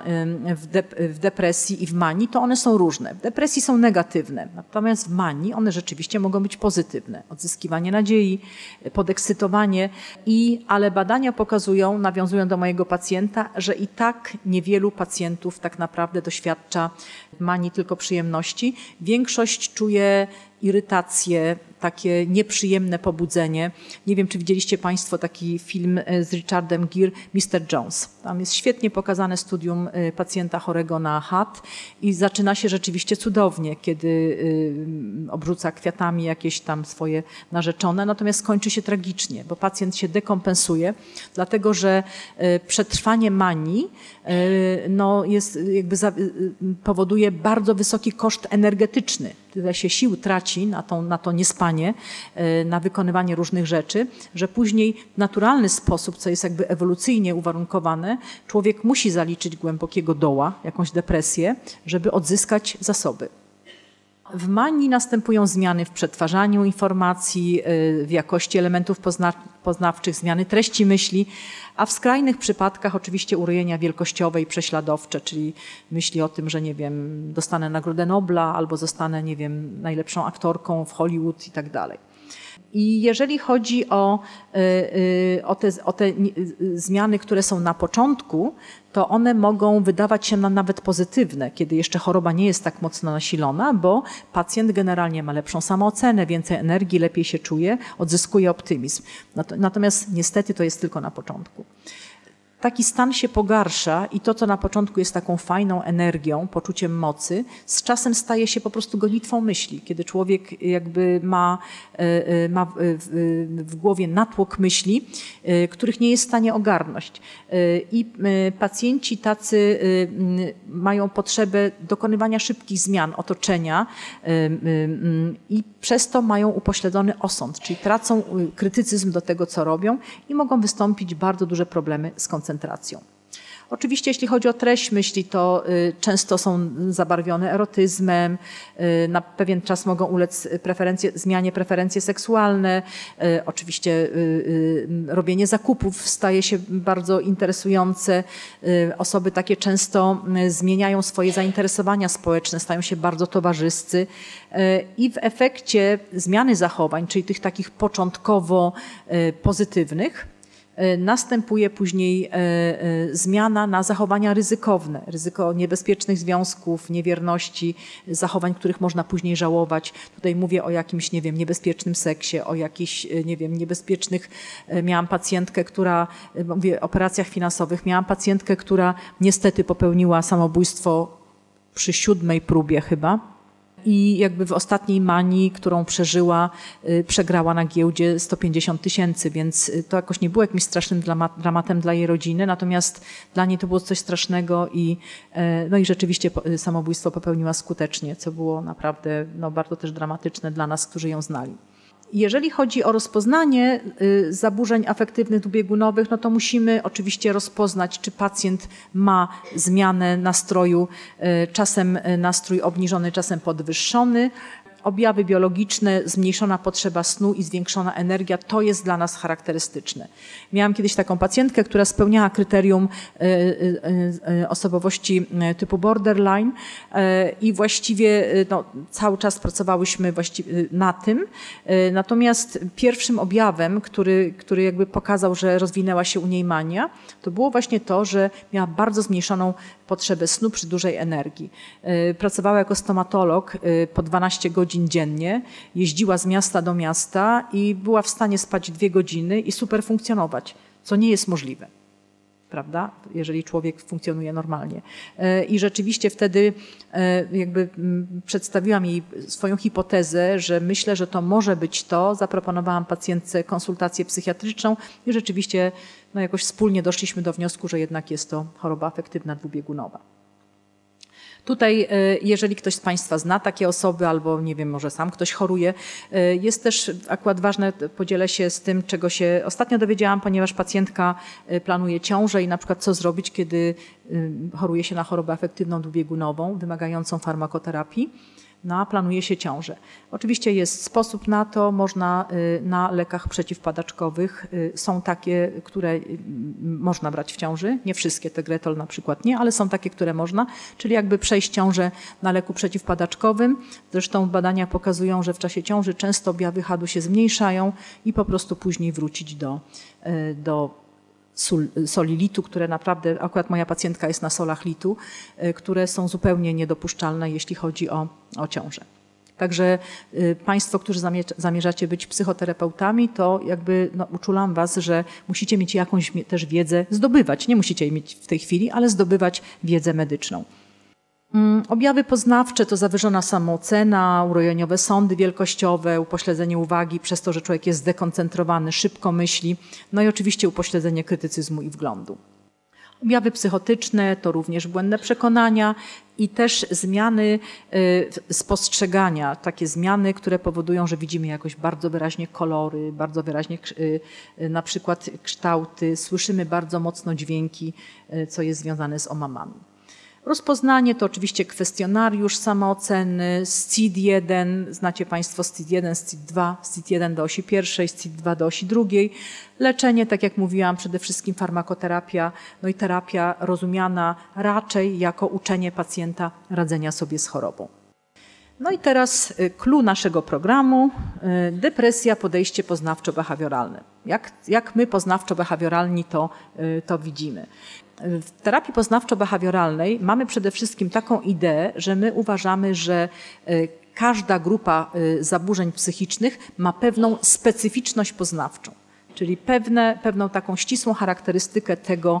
Speaker 1: w depresji i w manii, to one są różne. W depresji są negatywne, natomiast w manii one rzeczywiście mogą być pozytywne. Odzyskiwanie nadziei, podekscytowanie, i, ale badania pokazują, nawiązują do mojego pacjenta, że i tak niewielu pacjentów tak naprawdę doświadcza w manii tylko przyjemności. Większość czuje irytację, takie nieprzyjemne pobudzenie. Nie wiem, czy widzieliście Państwo taki film z Richardem Gere, mister Jones. Tam jest świetnie pokazane studium pacjenta chorego na H A T i zaczyna się rzeczywiście cudownie, kiedy obrzuca kwiatami jakieś tam swoje narzeczone, natomiast kończy się tragicznie, bo pacjent się dekompensuje, dlatego że przetrwanie manii no jest, jakby powoduje bardzo wysoki koszt energetyczny. Tyle się sił traci na, tą, na to niespanie, na wykonywanie różnych rzeczy, że później w naturalny sposób, co jest jakby ewolucyjnie uwarunkowane, człowiek musi zaliczyć głębokiego doła, jakąś depresję, żeby odzyskać zasoby. W manii następują zmiany w przetwarzaniu informacji, w jakości elementów pozna poznawczych, zmiany treści myśli, a w skrajnych przypadkach oczywiście urojenia wielkościowe i prześladowcze, czyli myśli o tym, że nie wiem, dostanę Nagrodę Nobla albo zostanę, nie wiem, najlepszą aktorką w Hollywood i tak dalej. I jeżeli chodzi o, o, te, o te zmiany, które są na początku, to one mogą wydawać się nam nawet pozytywne, kiedy jeszcze choroba nie jest tak mocno nasilona, bo pacjent generalnie ma lepszą samoocenę, więcej energii, lepiej się czuje, odzyskuje optymizm. Natomiast niestety to jest tylko na początku. Taki stan się pogarsza i to, co na początku jest taką fajną energią, poczuciem mocy, z czasem staje się po prostu gonitwą myśli. Kiedy człowiek jakby ma, ma w głowie natłok myśli, których nie jest w stanie ogarnąć. I pacjenci tacy mają potrzebę dokonywania szybkich zmian otoczenia i przez to mają upośledzony osąd, czyli tracą krytycyzm do tego, co robią i mogą wystąpić bardzo duże problemy z koncentracją. Oczywiście jeśli chodzi o treść myśli, to często są zabarwione erotyzmem, na pewien czas mogą ulec preferencje, zmianie preferencje seksualne, oczywiście robienie zakupów staje się bardzo interesujące. Osoby takie często zmieniają swoje zainteresowania społeczne, stają się bardzo towarzyscy i w efekcie zmiany zachowań, czyli tych takich początkowo pozytywnych, następuje później zmiana na zachowania ryzykowne, ryzyko niebezpiecznych związków, niewierności, zachowań, których można później żałować. Tutaj mówię o jakimś, nie wiem, niebezpiecznym seksie, o jakichś, nie wiem, niebezpiecznych... Miałam pacjentkę, która, mówię o operacjach finansowych, miałam pacjentkę, która niestety popełniła samobójstwo przy siódmej próbie chyba. I jakby w ostatniej manii, którą przeżyła, przegrała na giełdzie sto pięćdziesiąt tysięcy, więc to jakoś nie było jakimś strasznym dramatem dla jej rodziny, natomiast dla niej to było coś strasznego i, no i rzeczywiście samobójstwo popełniła skutecznie, co było naprawdę no, bardzo też dramatyczne dla nas, którzy ją znali. Jeżeli chodzi o rozpoznanie zaburzeń afektywnych dwubiegunowych, no to musimy oczywiście rozpoznać, czy pacjent ma zmianę nastroju, czasem nastrój obniżony, czasem podwyższony. Objawy biologiczne, zmniejszona potrzeba snu i zwiększona energia, to jest dla nas charakterystyczne. Miałam kiedyś taką pacjentkę, która spełniała kryterium osobowości typu borderline i właściwie no, cały czas pracowałyśmy właściwie na tym. Natomiast pierwszym objawem, który, który jakby pokazał, że rozwinęła się u niej mania, to było właśnie to, że miała bardzo zmniejszoną potrzebę snu przy dużej energii. Pracowała jako stomatolog po dwanaście godzin dziennie, jeździła z miasta do miasta i była w stanie spać dwie godziny i super funkcjonować, co nie jest możliwe, prawda, jeżeli człowiek funkcjonuje normalnie. I rzeczywiście wtedy jakby przedstawiłam jej swoją hipotezę, że myślę, że to może być to. Zaproponowałam pacjentce konsultację psychiatryczną i rzeczywiście no jakoś wspólnie doszliśmy do wniosku, że jednak jest to choroba afektywna dwubiegunowa. Tutaj, jeżeli ktoś z Państwa zna takie osoby, albo nie wiem, może sam ktoś choruje, jest też akurat ważne, podzielę się z tym, czego się ostatnio dowiedziałam, ponieważ pacjentka planuje ciążę i na przykład co zrobić, kiedy choruje się na chorobę afektywną dwubiegunową, wymagającą farmakoterapii. No, a planuje się ciążę. Oczywiście jest sposób na to, można na lekach przeciwpadaczkowych, są takie, które można brać w ciąży, nie wszystkie, Tegretol na przykład nie, ale są takie, które można, czyli jakby przejść ciążę na leku przeciwpadaczkowym. Zresztą badania pokazują, że w czasie ciąży często objawy chadu się zmniejszają i po prostu później wrócić do, do soli litu, które naprawdę, akurat moja pacjentka jest na solach litu, które są zupełnie niedopuszczalne, jeśli chodzi o, o ciążę. Także Państwo, którzy zamierzacie być psychoterapeutami, to jakby no, uczulam Was, że musicie mieć jakąś też wiedzę, zdobywać, nie musicie jej mieć w tej chwili, ale zdobywać wiedzę medyczną. Objawy poznawcze to zawyżona samoocena, urojeniowe sądy wielkościowe, upośledzenie uwagi przez to, że człowiek jest zdekoncentrowany, szybko myśli, no i oczywiście upośledzenie krytycyzmu i wglądu. Objawy psychotyczne to również błędne przekonania i też zmiany spostrzegania, takie zmiany, które powodują, że widzimy jakoś bardzo wyraźnie kolory, bardzo wyraźnie na przykład kształty, słyszymy bardzo mocno dźwięki, co jest związane z omamami. Rozpoznanie to oczywiście kwestionariusz samooceny, S C I D jeden, znacie Państwo S C I D jeden, S C I D dwa, S C I D jeden do osi pierwszej, S C I D dwa do osi drugiej. Leczenie, tak jak mówiłam, przede wszystkim farmakoterapia, no i terapia rozumiana raczej jako uczenie pacjenta radzenia sobie z chorobą. No i teraz clou naszego programu, depresja, podejście poznawczo-behawioralne. Jak, jak my poznawczo-behawioralni to, to widzimy? W terapii poznawczo-behawioralnej mamy przede wszystkim taką ideę, że my uważamy, że każda grupa zaburzeń psychicznych ma pewną specyficzność poznawczą, czyli pewne, pewną taką ścisłą charakterystykę tego,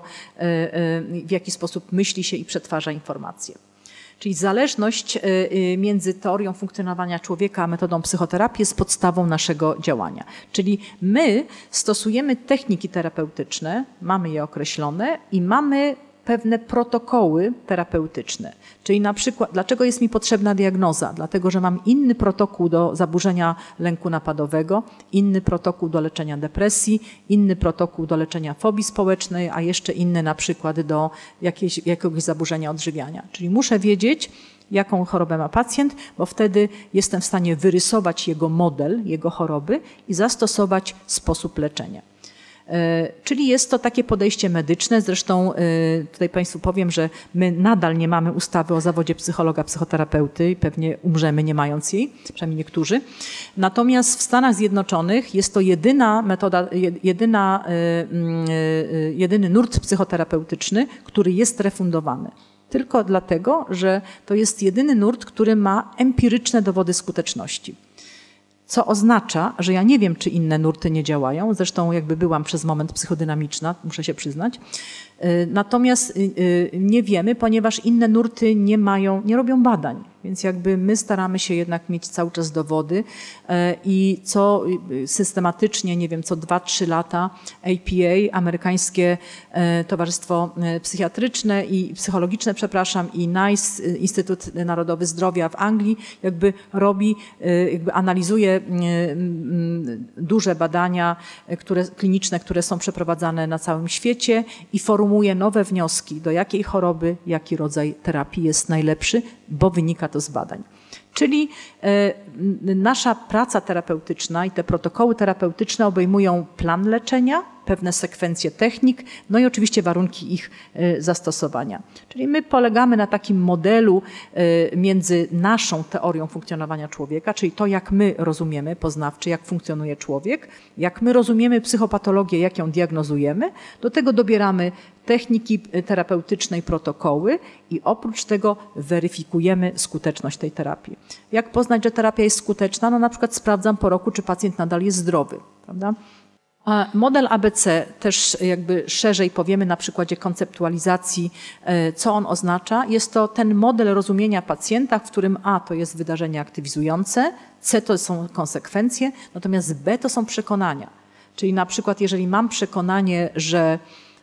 Speaker 1: w jaki sposób myśli się i przetwarza informacje. Czyli zależność między teorią funkcjonowania człowieka a metodą psychoterapii jest podstawą naszego działania. Czyli my stosujemy techniki terapeutyczne, mamy je określone i mamy pewne protokoły terapeutyczne. Czyli na przykład, dlaczego jest mi potrzebna diagnoza? Dlatego, że mam inny protokół do zaburzenia lęku napadowego, inny protokół do leczenia depresji, inny protokół do leczenia fobii społecznej, a jeszcze inny na przykład do jakiejś, jakiegoś zaburzenia odżywiania. Czyli muszę wiedzieć, jaką chorobę ma pacjent, bo wtedy jestem w stanie wyrysować jego model, jego choroby i zastosować sposób leczenia. Czyli jest to takie podejście medyczne. Zresztą tutaj Państwu powiem, że my nadal nie mamy ustawy o zawodzie psychologa, psychoterapeuty i pewnie umrzemy nie mając jej, przynajmniej niektórzy. Natomiast w Stanach Zjednoczonych jest to jedyna metoda, jedyna, jedyny nurt psychoterapeutyczny, który jest refundowany. Tylko dlatego, że to jest jedyny nurt, który ma empiryczne dowody skuteczności. Co oznacza, że ja nie wiem, czy inne nurty nie działają. Zresztą jakby byłam przez moment psychodynamiczna, muszę się przyznać. Natomiast nie wiemy, ponieważ inne nurty nie mają, nie robią badań. Więc jakby my staramy się jednak mieć cały czas dowody i co systematycznie, nie wiem, co dwa, trzy lata A P A, Amerykańskie Towarzystwo Psychiatryczne i Psychologiczne, przepraszam, i NICE, Instytut Narodowy Zdrowia w Anglii, jakby robi, jakby analizuje duże badania które, kliniczne, które są przeprowadzane na całym świecie i formułuje nowe wnioski, do jakiej choroby, jaki rodzaj terapii jest najlepszy, bo wynika to z badań. Czyli y, nasza praca terapeutyczna i te protokoły terapeutyczne obejmują plan leczenia, pewne sekwencje technik, no i oczywiście warunki ich y, zastosowania. Czyli my polegamy na takim modelu y, między naszą teorią funkcjonowania człowieka, czyli to, jak my rozumiemy poznawczy, jak funkcjonuje człowiek, jak my rozumiemy psychopatologię, jak ją diagnozujemy, do tego dobieramy techniki terapeutyczne i protokoły i oprócz tego weryfikujemy skuteczność tej terapii. Jak poznać, że terapia jest skuteczna? No na przykład sprawdzam po roku, czy pacjent nadal jest zdrowy, prawda? A model A B C też jakby szerzej powiemy na przykładzie konceptualizacji, co on oznacza. Jest to ten model rozumienia pacjenta, w którym A to jest wydarzenie aktywizujące, C to są konsekwencje, natomiast B to są przekonania. Czyli na przykład jeżeli mam przekonanie, że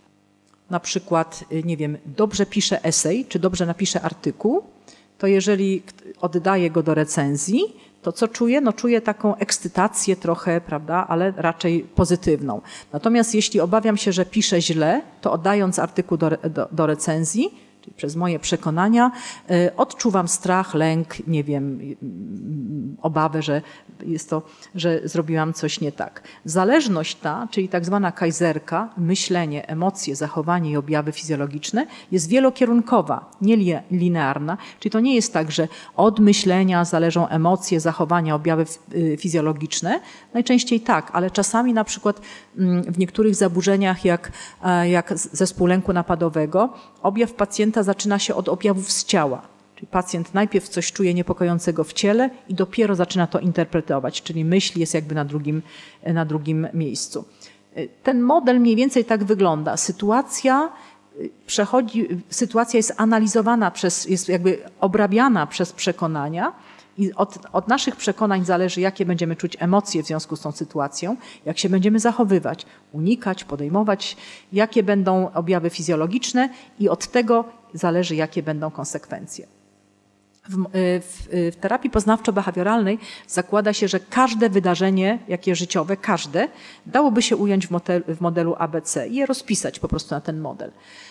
Speaker 1: na przykład, nie wiem, dobrze piszę esej, czy dobrze napiszę artykuł, to jeżeli oddaję go do recenzji, to co czuję? No czuję taką ekscytację trochę, prawda, ale raczej pozytywną. Natomiast jeśli obawiam się, że piszę źle, to oddając artykuł do, do, do recenzji, czyli przez moje przekonania, y, odczuwam strach, lęk, nie wiem, y, y, obawę, że jest to, że zrobiłam coś nie tak. Zależność ta, czyli tak zwana kajzerka, myślenie, emocje, zachowanie i objawy fizjologiczne jest wielokierunkowa, nie linearna, czyli to nie jest tak, że od myślenia zależą emocje, zachowania, objawy fizjologiczne. Najczęściej tak, ale czasami na przykład w niektórych zaburzeniach, jak, jak zespół lęku napadowego, objaw pacjenta zaczyna się od objawów z ciała. Czyli pacjent najpierw coś czuje niepokojącego w ciele i dopiero zaczyna to interpretować, czyli myśl jest jakby na drugim, na drugim miejscu. Ten model mniej więcej tak wygląda. Sytuacja przechodzi, sytuacja jest analizowana przez, jest jakby obrabiana przez przekonania i od, od naszych przekonań zależy, jakie będziemy czuć emocje w związku z tą sytuacją, jak się będziemy zachowywać, unikać, podejmować, jakie będą objawy fizjologiczne i od tego zależy, jakie będą konsekwencje. W, w, w terapii poznawczo-behawioralnej zakłada się, że każde wydarzenie, jakie życiowe, każde, dałoby się ująć w modelu, w modelu A B C i je rozpisać po prostu na ten model.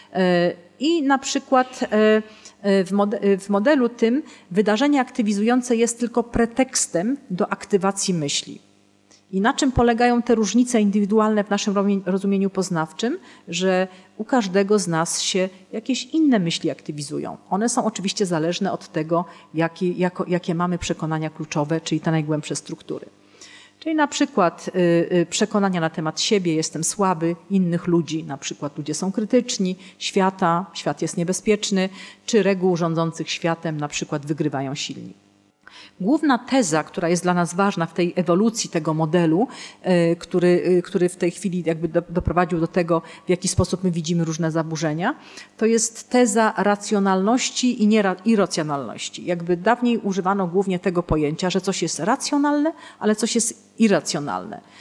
Speaker 1: I na przykład w, mode, w modelu tym wydarzenie aktywizujące jest tylko pretekstem do aktywacji myśli. I na czym polegają te różnice indywidualne w naszym rozumieniu poznawczym? Że u każdego z nas się jakieś inne myśli aktywizują. One są oczywiście zależne od tego, jakie, jako, jakie mamy przekonania kluczowe, czyli te najgłębsze struktury. Czyli na przykład y, przekonania na temat siebie, jestem słaby, innych ludzi, na przykład ludzie są krytyczni, świata, świat jest niebezpieczny, czy reguł rządzących światem, na przykład wygrywają silni. Główna teza, która jest dla nas ważna w tej ewolucji tego modelu, który, który w tej chwili jakby do, doprowadził do tego, w jaki sposób my widzimy różne zaburzenia, to jest teza racjonalności i irracjonalności. Jakby dawniej używano głównie tego pojęcia, że coś jest racjonalne, ale coś jest irracjonalne.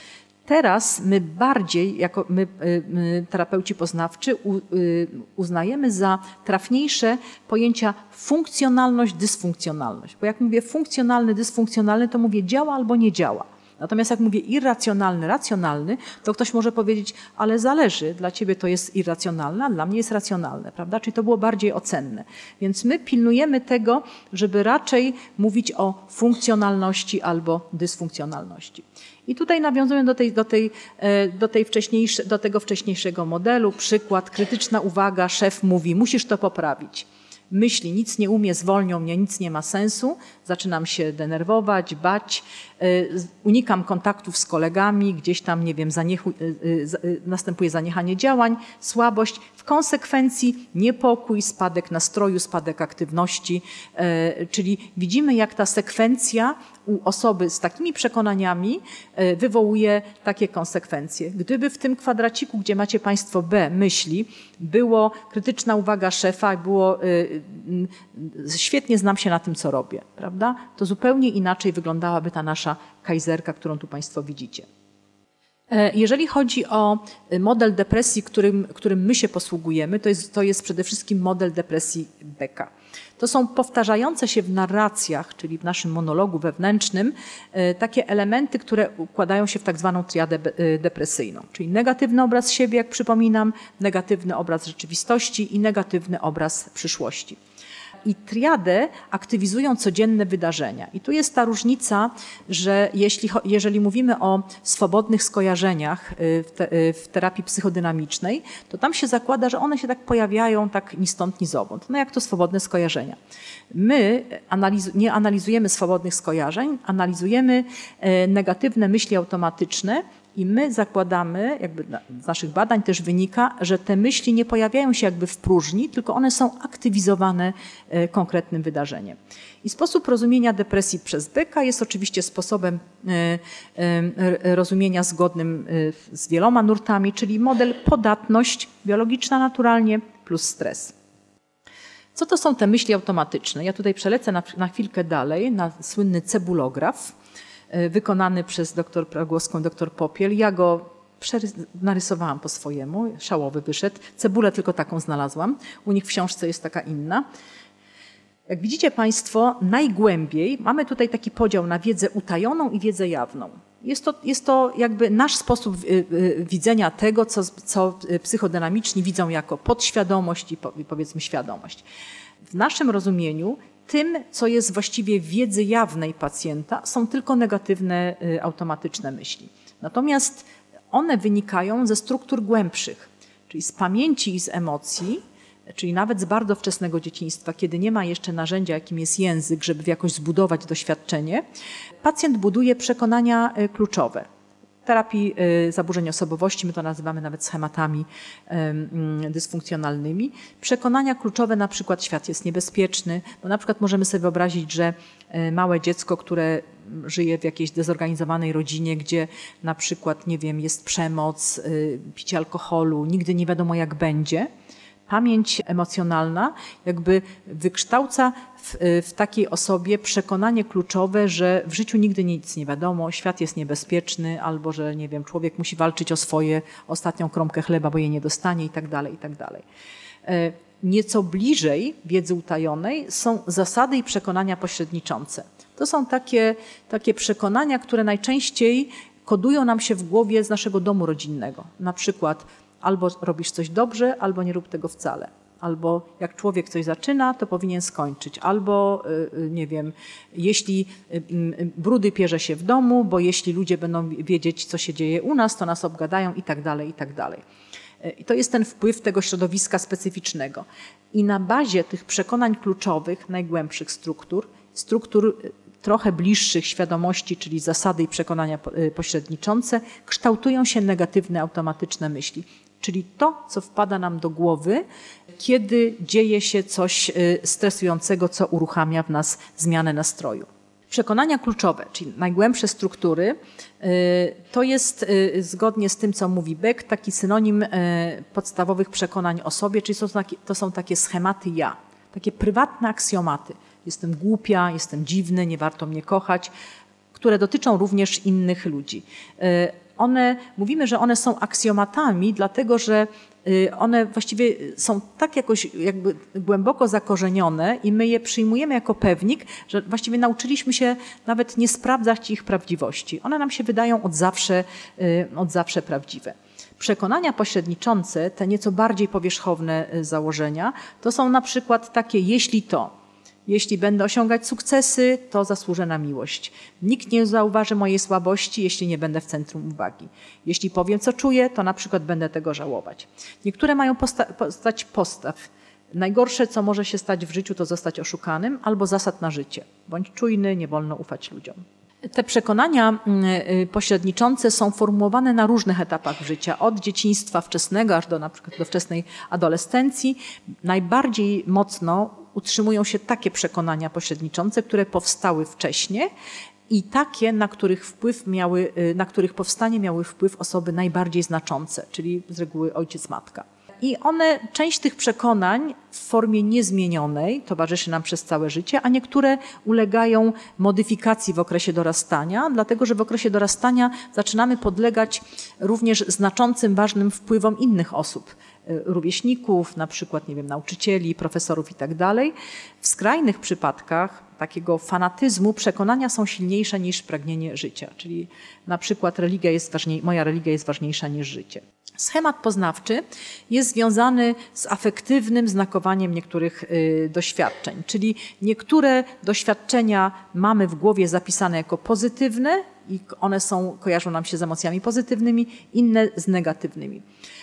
Speaker 1: Teraz my bardziej, jako my, my terapeuci poznawczy, u, y, uznajemy za trafniejsze pojęcia funkcjonalność, dysfunkcjonalność. Bo jak mówię funkcjonalny, dysfunkcjonalny, to mówię działa albo nie działa. Natomiast jak mówię irracjonalny, racjonalny, to ktoś może powiedzieć, ale zależy, dla ciebie to jest irracjonalne, a dla mnie jest racjonalne, prawda? Czyli to było bardziej ocenne. Więc my pilnujemy tego, żeby raczej mówić o funkcjonalności albo dysfunkcjonalności. I tutaj nawiązując do, tej, do, tej, do, tej wcześniejsze, do tego wcześniejszego modelu, przykład, krytyczna uwaga, szef mówi, musisz to poprawić. Myśli, nic nie umie, zwolnią mnie, nic nie ma sensu, zaczynam się denerwować, bać, unikam kontaktów z kolegami, gdzieś tam, nie wiem, zaniechu, następuje zaniechanie działań, słabość, w konsekwencji niepokój, spadek nastroju, spadek aktywności, czyli widzimy, jak ta sekwencja u osoby z takimi przekonaniami wywołuje takie konsekwencje. Gdyby w tym kwadraciku, gdzie macie Państwo B, myśli, było krytyczna uwaga szefa, było świetnie znam się na tym, co robię, prawda? To zupełnie inaczej wyglądałaby ta nasza kajzerka, którą tu Państwo widzicie. Jeżeli chodzi o model depresji, którym, którym my się posługujemy, to jest, to jest przede wszystkim model depresji Becka. To są powtarzające się w narracjach, czyli w naszym monologu wewnętrznym, takie elementy, które układają się w tak zwaną triadę depresyjną. Czyli negatywny obraz siebie, jak przypominam, negatywny obraz rzeczywistości i negatywny obraz przyszłości. I triadę aktywizują codzienne wydarzenia. I tu jest ta różnica, że jeśli, jeżeli mówimy o swobodnych skojarzeniach w, te, w terapii psychodynamicznej, to tam się zakłada, że one się tak pojawiają tak ni stąd, ni zowąd. No jak to swobodne skojarzenia? My analiz nie analizujemy swobodnych skojarzeń, analizujemy negatywne myśli automatyczne, i my zakładamy, jakby z naszych badań też wynika, że te myśli nie pojawiają się jakby w próżni, tylko one są aktywizowane konkretnym wydarzeniem. I sposób rozumienia depresji przez Becka jest oczywiście sposobem rozumienia zgodnym z wieloma nurtami, czyli model podatność biologiczna naturalnie plus stres. Co to są te myśli automatyczne? Ja tutaj przelecę na, na chwilkę dalej, na słynny cebulograf, wykonany przez doktor Pragłowską, doktor Popiel. Ja go narysowałam po swojemu, szałowy wyszedł. Cebulę tylko taką znalazłam. U nich w książce jest taka inna. Jak widzicie Państwo, najgłębiej mamy tutaj taki podział na wiedzę utajoną i wiedzę jawną. Jest to, jest to jakby nasz sposób widzenia tego, co, co psychodynamiczni widzą jako podświadomość i powiedzmy świadomość. W naszym rozumieniu tym, co jest właściwie wiedzy jawnej pacjenta, są tylko negatywne, automatyczne myśli. Natomiast one wynikają ze struktur głębszych, czyli z pamięci i z emocji, czyli nawet z bardzo wczesnego dzieciństwa, kiedy nie ma jeszcze narzędzia, jakim jest język, żeby jakoś zbudować doświadczenie. Pacjent buduje przekonania kluczowe. W terapii zaburzeń osobowości my to nazywamy nawet schematami dysfunkcjonalnymi. Przekonania kluczowe, na przykład świat jest niebezpieczny, bo na przykład możemy sobie wyobrazić, że małe dziecko, które żyje w jakiejś dezorganizowanej rodzinie, gdzie na przykład, nie wiem, jest przemoc, picie alkoholu, nigdy nie wiadomo jak będzie. Pamięć emocjonalna jakby wykształca w, w takiej osobie przekonanie kluczowe, że w życiu nigdy nic nie wiadomo, świat jest niebezpieczny, albo że, nie wiem, człowiek musi walczyć o swoje ostatnią kromkę chleba, bo jej nie dostanie i tak dalej, i tak dalej. Nieco bliżej wiedzy utajonej są zasady i przekonania pośredniczące. To są takie, takie przekonania, które najczęściej kodują nam się w głowie z naszego domu rodzinnego. Na przykład albo robisz coś dobrze, albo nie rób tego wcale. Albo jak człowiek coś zaczyna, to powinien skończyć. Albo, nie wiem, jeśli brudy pierze się w domu, bo jeśli ludzie będą wiedzieć, co się dzieje u nas, to nas obgadają i tak dalej, i tak dalej. I to jest ten wpływ tego środowiska specyficznego. I na bazie tych przekonań kluczowych, najgłębszych struktur, struktur trochę bliższych świadomości, czyli zasady i przekonania pośredniczące, kształtują się negatywne, automatyczne myśli. Czyli to, co wpada nam do głowy, kiedy dzieje się coś stresującego, co uruchamia w nas zmianę nastroju. Przekonania kluczowe, czyli najgłębsze struktury, to jest zgodnie z tym, co mówi Beck, taki synonim podstawowych przekonań o sobie, czyli to są takie, to są takie schematy ja, takie prywatne aksjomaty. Jestem głupia, jestem dziwny, nie warto mnie kochać, które dotyczą również innych ludzi. one, mówimy, że one są aksjomatami, dlatego że one właściwie są tak jakoś jakby głęboko zakorzenione i my je przyjmujemy jako pewnik, że właściwie nauczyliśmy się nawet nie sprawdzać ich prawdziwości. One nam się wydają od zawsze, od zawsze prawdziwe. Przekonania pośredniczące, te nieco bardziej powierzchowne założenia, to są na przykład takie jeśli to. Jeśli będę osiągać sukcesy, to zasłużę na miłość. Nikt nie zauważy mojej słabości, jeśli nie będę w centrum uwagi. Jeśli powiem, co czuję, to na przykład będę tego żałować. Niektóre mają posta- postać postaw. Najgorsze, co może się stać w życiu, to zostać oszukanym albo zasad na życie. Bądź czujny, nie wolno ufać ludziom. Te przekonania pośredniczące są formułowane na różnych etapach życia, od dzieciństwa wczesnego aż do na przykład do wczesnej adolescencji. Najbardziej mocno utrzymują się takie przekonania pośredniczące, które powstały wcześniej i takie, na których wpływ miały, na których powstanie miały wpływ osoby najbardziej znaczące, czyli z reguły ojciec, matka. I one, część tych przekonań w formie niezmienionej towarzyszy nam przez całe życie, a niektóre ulegają modyfikacji w okresie dorastania, dlatego że w okresie dorastania zaczynamy podlegać również znaczącym, ważnym wpływom innych osób, rówieśników, na przykład, nie wiem, nauczycieli, profesorów i tak dalej. W skrajnych przypadkach takiego fanatyzmu przekonania są silniejsze niż pragnienie życia, czyli na przykład religia jest ważniej, moja religia jest ważniejsza niż życie. Schemat poznawczy jest związany z afektywnym znakowaniem niektórych y, doświadczeń, czyli niektóre doświadczenia mamy w głowie zapisane jako pozytywne i one są, kojarzą nam się z emocjami pozytywnymi, inne z negatywnymi.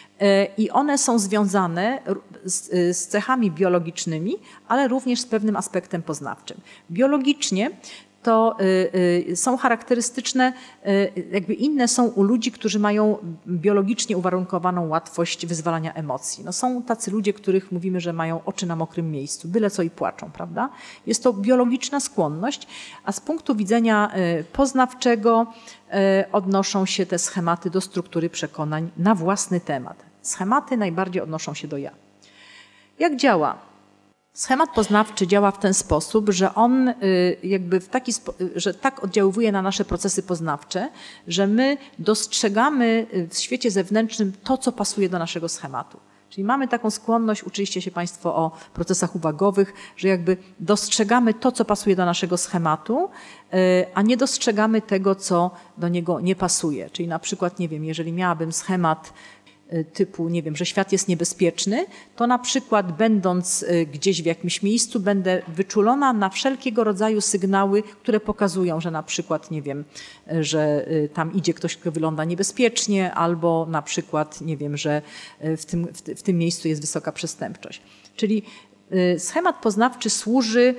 Speaker 1: I one są związane z, z cechami biologicznymi, ale również z pewnym aspektem poznawczym. Biologicznie to y, y, są charakterystyczne, y, jakby inne są u ludzi, którzy mają biologicznie uwarunkowaną łatwość wyzwalania emocji. No są tacy ludzie, których mówimy, że mają oczy na mokrym miejscu, byle co i płaczą, prawda? Jest to biologiczna skłonność, a z punktu widzenia y, poznawczego y, odnoszą się te schematy do struktury przekonań na własny temat. Schematy najbardziej odnoszą się do ja. Jak działa? Schemat poznawczy działa w ten sposób, że on jakby w taki spo, że tak oddziałuje na nasze procesy poznawcze, że my dostrzegamy w świecie zewnętrznym to, co pasuje do naszego schematu. Czyli mamy taką skłonność, uczyliście się Państwo o procesach uwagowych, że jakby dostrzegamy to, co pasuje do naszego schematu, a nie dostrzegamy tego, co do niego nie pasuje. Czyli na przykład, nie wiem, jeżeli miałabym schemat typu, nie wiem, że świat jest niebezpieczny, to na przykład będąc gdzieś w jakimś miejscu będę wyczulona na wszelkiego rodzaju sygnały, które pokazują, że na przykład, nie wiem, że tam idzie ktoś, kto wygląda niebezpiecznie, albo na przykład, nie wiem, że w tym, w tym miejscu jest wysoka przestępczość. Czyli schemat poznawczy służy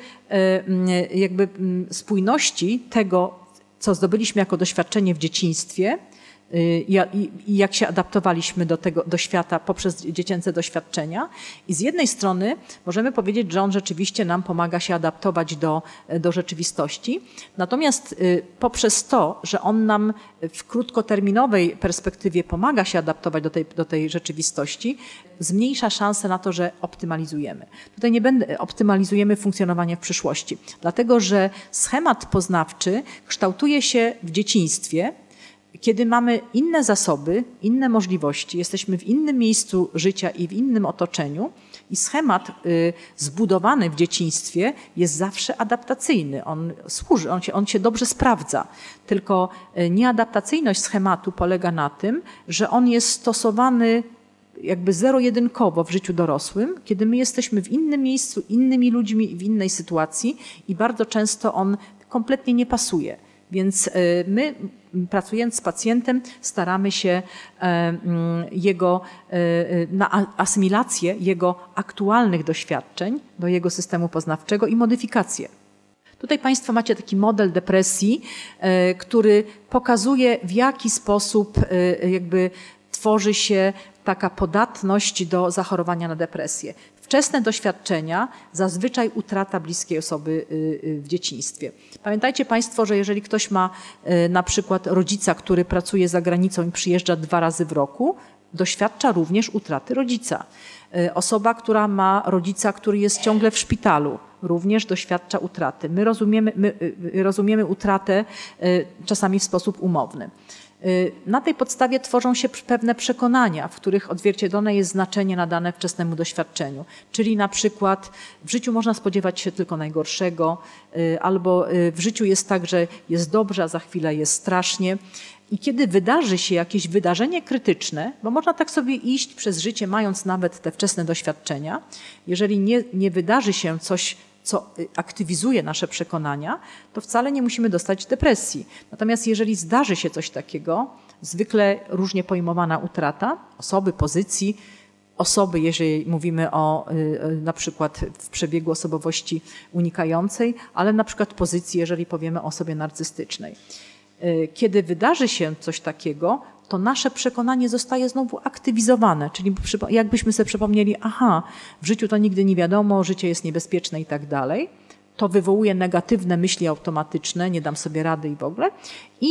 Speaker 1: jakby spójności tego, co zdobyliśmy jako doświadczenie w dzieciństwie, i jak się adaptowaliśmy do tego, do świata poprzez dziecięce doświadczenia. I z jednej strony możemy powiedzieć, że on rzeczywiście nam pomaga się adaptować do, do rzeczywistości. Natomiast poprzez to, że on nam w krótkoterminowej perspektywie pomaga się adaptować do tej, do tej rzeczywistości, zmniejsza szanse na to, że optymalizujemy. Tutaj nie będę, optymalizujemy funkcjonowanie w przyszłości. Dlatego, że schemat poznawczy kształtuje się w dzieciństwie, kiedy mamy inne zasoby, inne możliwości, jesteśmy w innym miejscu życia i w innym otoczeniu i schemat y, zbudowany w dzieciństwie jest zawsze adaptacyjny. On służy, on się, on się dobrze sprawdza. Tylko y, nieadaptacyjność schematu polega na tym, że on jest stosowany jakby zero-jedynkowo w życiu dorosłym, kiedy my jesteśmy w innym miejscu, innymi ludźmi, w innej sytuacji i bardzo często on kompletnie nie pasuje. Więc my, pracując z pacjentem, staramy się jego, na asymilację jego aktualnych doświadczeń do jego systemu poznawczego i modyfikację. Tutaj Państwo macie taki model depresji, który pokazuje, w jaki sposób jakby tworzy się taka podatność do zachorowania na depresję. Wczesne doświadczenia, zazwyczaj utrata bliskiej osoby w dzieciństwie. Pamiętajcie Państwo, że jeżeli ktoś ma na przykład rodzica, który pracuje za granicą i przyjeżdża dwa razy w roku, doświadcza również utraty rodzica. Osoba, która ma rodzica, który jest ciągle w szpitalu, również doświadcza utraty. My rozumiemy, my rozumiemy utratę czasami w sposób umowny. Na tej podstawie tworzą się pewne przekonania, w których odzwierciedlone jest znaczenie nadane wczesnemu doświadczeniu. Czyli na przykład w życiu można spodziewać się tylko najgorszego, albo w życiu jest tak, że jest dobrze, a za chwilę jest strasznie. I kiedy wydarzy się jakieś wydarzenie krytyczne, bo można tak sobie iść przez życie, mając nawet te wczesne doświadczenia, jeżeli nie, nie wydarzy się coś, co aktywizuje nasze przekonania, to wcale nie musimy dostać depresji. Natomiast jeżeli zdarzy się coś takiego, zwykle różnie pojmowana utrata osoby, pozycji, osoby, jeżeli mówimy o na przykład w przebiegu osobowości unikającej, ale na przykład pozycji, jeżeli powiemy o osobie narcystycznej. Kiedy wydarzy się coś takiego, to nasze przekonanie zostaje znowu aktywizowane, czyli jakbyśmy sobie przypomnieli, aha, w życiu to nigdy nie wiadomo, życie jest niebezpieczne i tak dalej. To wywołuje negatywne myśli automatyczne, nie dam sobie rady i w ogóle. I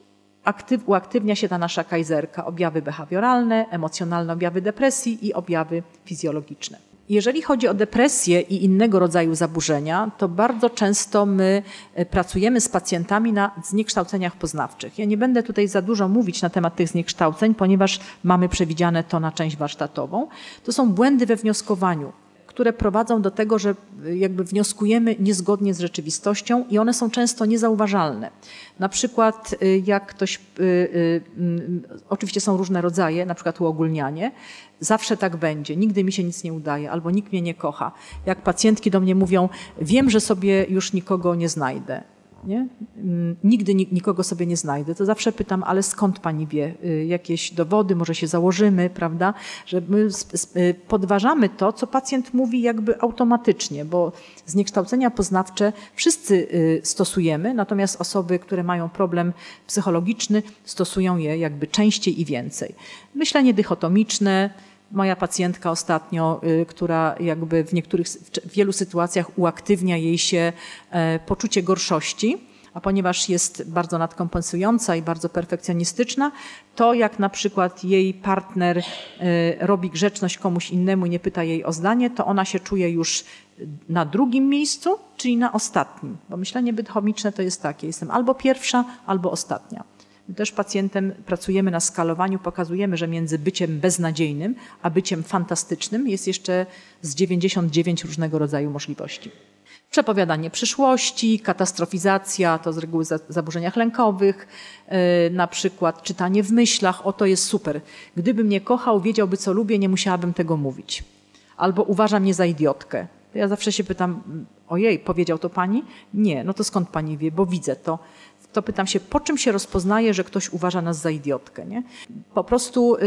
Speaker 1: aktyw, uaktywnia się ta nasza kajzerka, objawy behawioralne, emocjonalne objawy depresji i objawy fizjologiczne. Jeżeli chodzi o depresję i innego rodzaju zaburzenia, to bardzo często my pracujemy z pacjentami na zniekształceniach poznawczych. Ja nie będę tutaj za dużo mówić na temat tych zniekształceń, ponieważ mamy przewidziane to na część warsztatową. To są błędy we wnioskowaniu, które prowadzą do tego, że jakby wnioskujemy niezgodnie z rzeczywistością i one są często niezauważalne. Na przykład jak ktoś, y, y, y, oczywiście są różne rodzaje, na przykład uogólnianie, zawsze tak będzie, nigdy mi się nic nie udaje albo nikt mnie nie kocha. Jak pacjentki do mnie mówią, wiem, że sobie już nikogo nie znajdę. Nie? Nigdy nikogo sobie nie znajdę, to zawsze pytam, ale skąd pani wie? Jakieś dowody, może się założymy, prawda? Że my podważamy to, co pacjent mówi jakby automatycznie, bo zniekształcenia poznawcze wszyscy stosujemy, natomiast osoby, które mają problem psychologiczny, stosują je jakby częściej i więcej. Myślenie dychotomiczne. Moja pacjentka ostatnio, która jakby w niektórych, w wielu sytuacjach uaktywnia jej się poczucie gorszości, a ponieważ jest bardzo nadkompensująca i bardzo perfekcjonistyczna, to jak na przykład jej partner robi grzeczność komuś innemu i nie pyta jej o zdanie, to ona się czuje już na drugim miejscu, czyli na ostatnim. Bo myślenie dychotomiczne to jest takie, jestem albo pierwsza, albo ostatnia. My też pacjentem pracujemy na skalowaniu, pokazujemy, że między byciem beznadziejnym a byciem fantastycznym jest jeszcze z dziewięćdziesiąt dziewięć różnego rodzaju możliwości. Przepowiadanie przyszłości, katastrofizacja, to z reguły w zaburzeniach lękowych, yy, na przykład czytanie w myślach, o to jest super. Gdyby mnie kochał, wiedziałby co lubię, nie musiałabym tego mówić. Albo uważa mnie za idiotkę. To ja zawsze się pytam, ojej, powiedział to pani? Nie, no to skąd pani wie, bo widzę to. To pytam się, po czym się rozpoznaje, że ktoś uważa nas za idiotkę, nie? Po prostu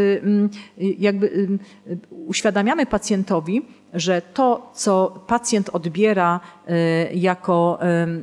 Speaker 1: jakby uświadamiamy pacjentowi, że to, co pacjent odbiera jako,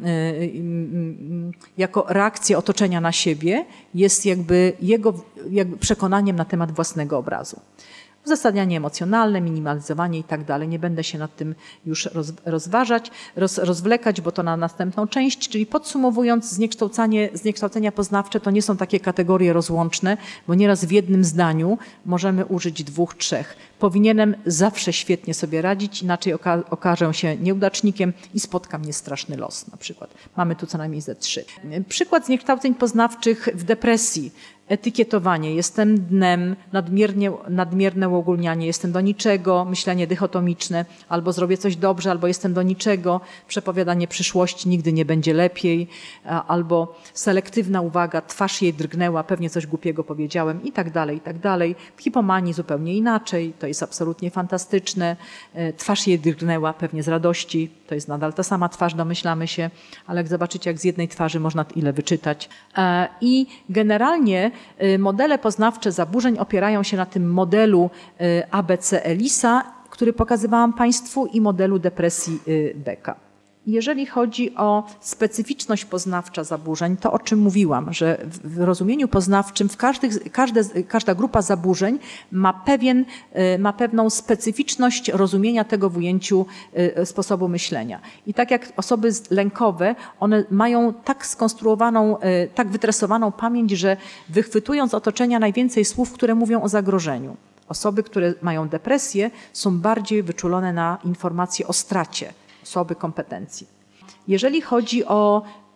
Speaker 1: jako reakcję otoczenia na siebie, jest jakby jego jakby przekonaniem na temat własnego obrazu. Uzasadnianie emocjonalne, minimalizowanie i tak dalej. Nie będę się nad tym już roz, rozważać, roz, rozwlekać, bo to na następną część. Czyli podsumowując, zniekształcenie, zniekształcenia poznawcze to nie są takie kategorie rozłączne, bo nieraz w jednym zdaniu możemy użyć dwóch, trzech. Powinienem zawsze świetnie sobie radzić, inaczej oka okażę się nieudacznikiem i spotka mnie straszny los na przykład. Mamy tu co najmniej ze trzy. Przykład zniekształceń poznawczych w depresji. Etykietowanie, jestem dnem, nadmiernie, nadmierne uogólnianie, jestem do niczego, myślenie dychotomiczne, albo zrobię coś dobrze, albo jestem do niczego, przepowiadanie przyszłości, nigdy nie będzie lepiej, albo selektywna uwaga, twarz jej drgnęła, pewnie coś głupiego powiedziałem i tak dalej, i tak dalej. W hipomanii zupełnie inaczej, to jest absolutnie fantastyczne, twarz jej drgnęła, pewnie z radości, to jest nadal ta sama twarz, domyślamy się, ale jak zobaczycie, jak z jednej twarzy można ile wyczytać. I generalnie modele poznawcze zaburzeń opierają się na tym modelu A B C Ellisa, który pokazywałam Państwu, i modelu depresji Becka. Jeżeli chodzi o specyficzność poznawcza zaburzeń, to o czym mówiłam, że w rozumieniu poznawczym w każdych, każde, każda grupa zaburzeń ma, pewien, ma pewną specyficzność rozumienia tego w ujęciu sposobu myślenia. I tak jak osoby lękowe, one mają tak skonstruowaną, tak wytresowaną pamięć, że wychwytują z otoczenia najwięcej słów, które mówią o zagrożeniu. Osoby, które mają depresję, są bardziej wyczulone na informacje o stracie. Osoby kompetencji. Jeżeli chodzi o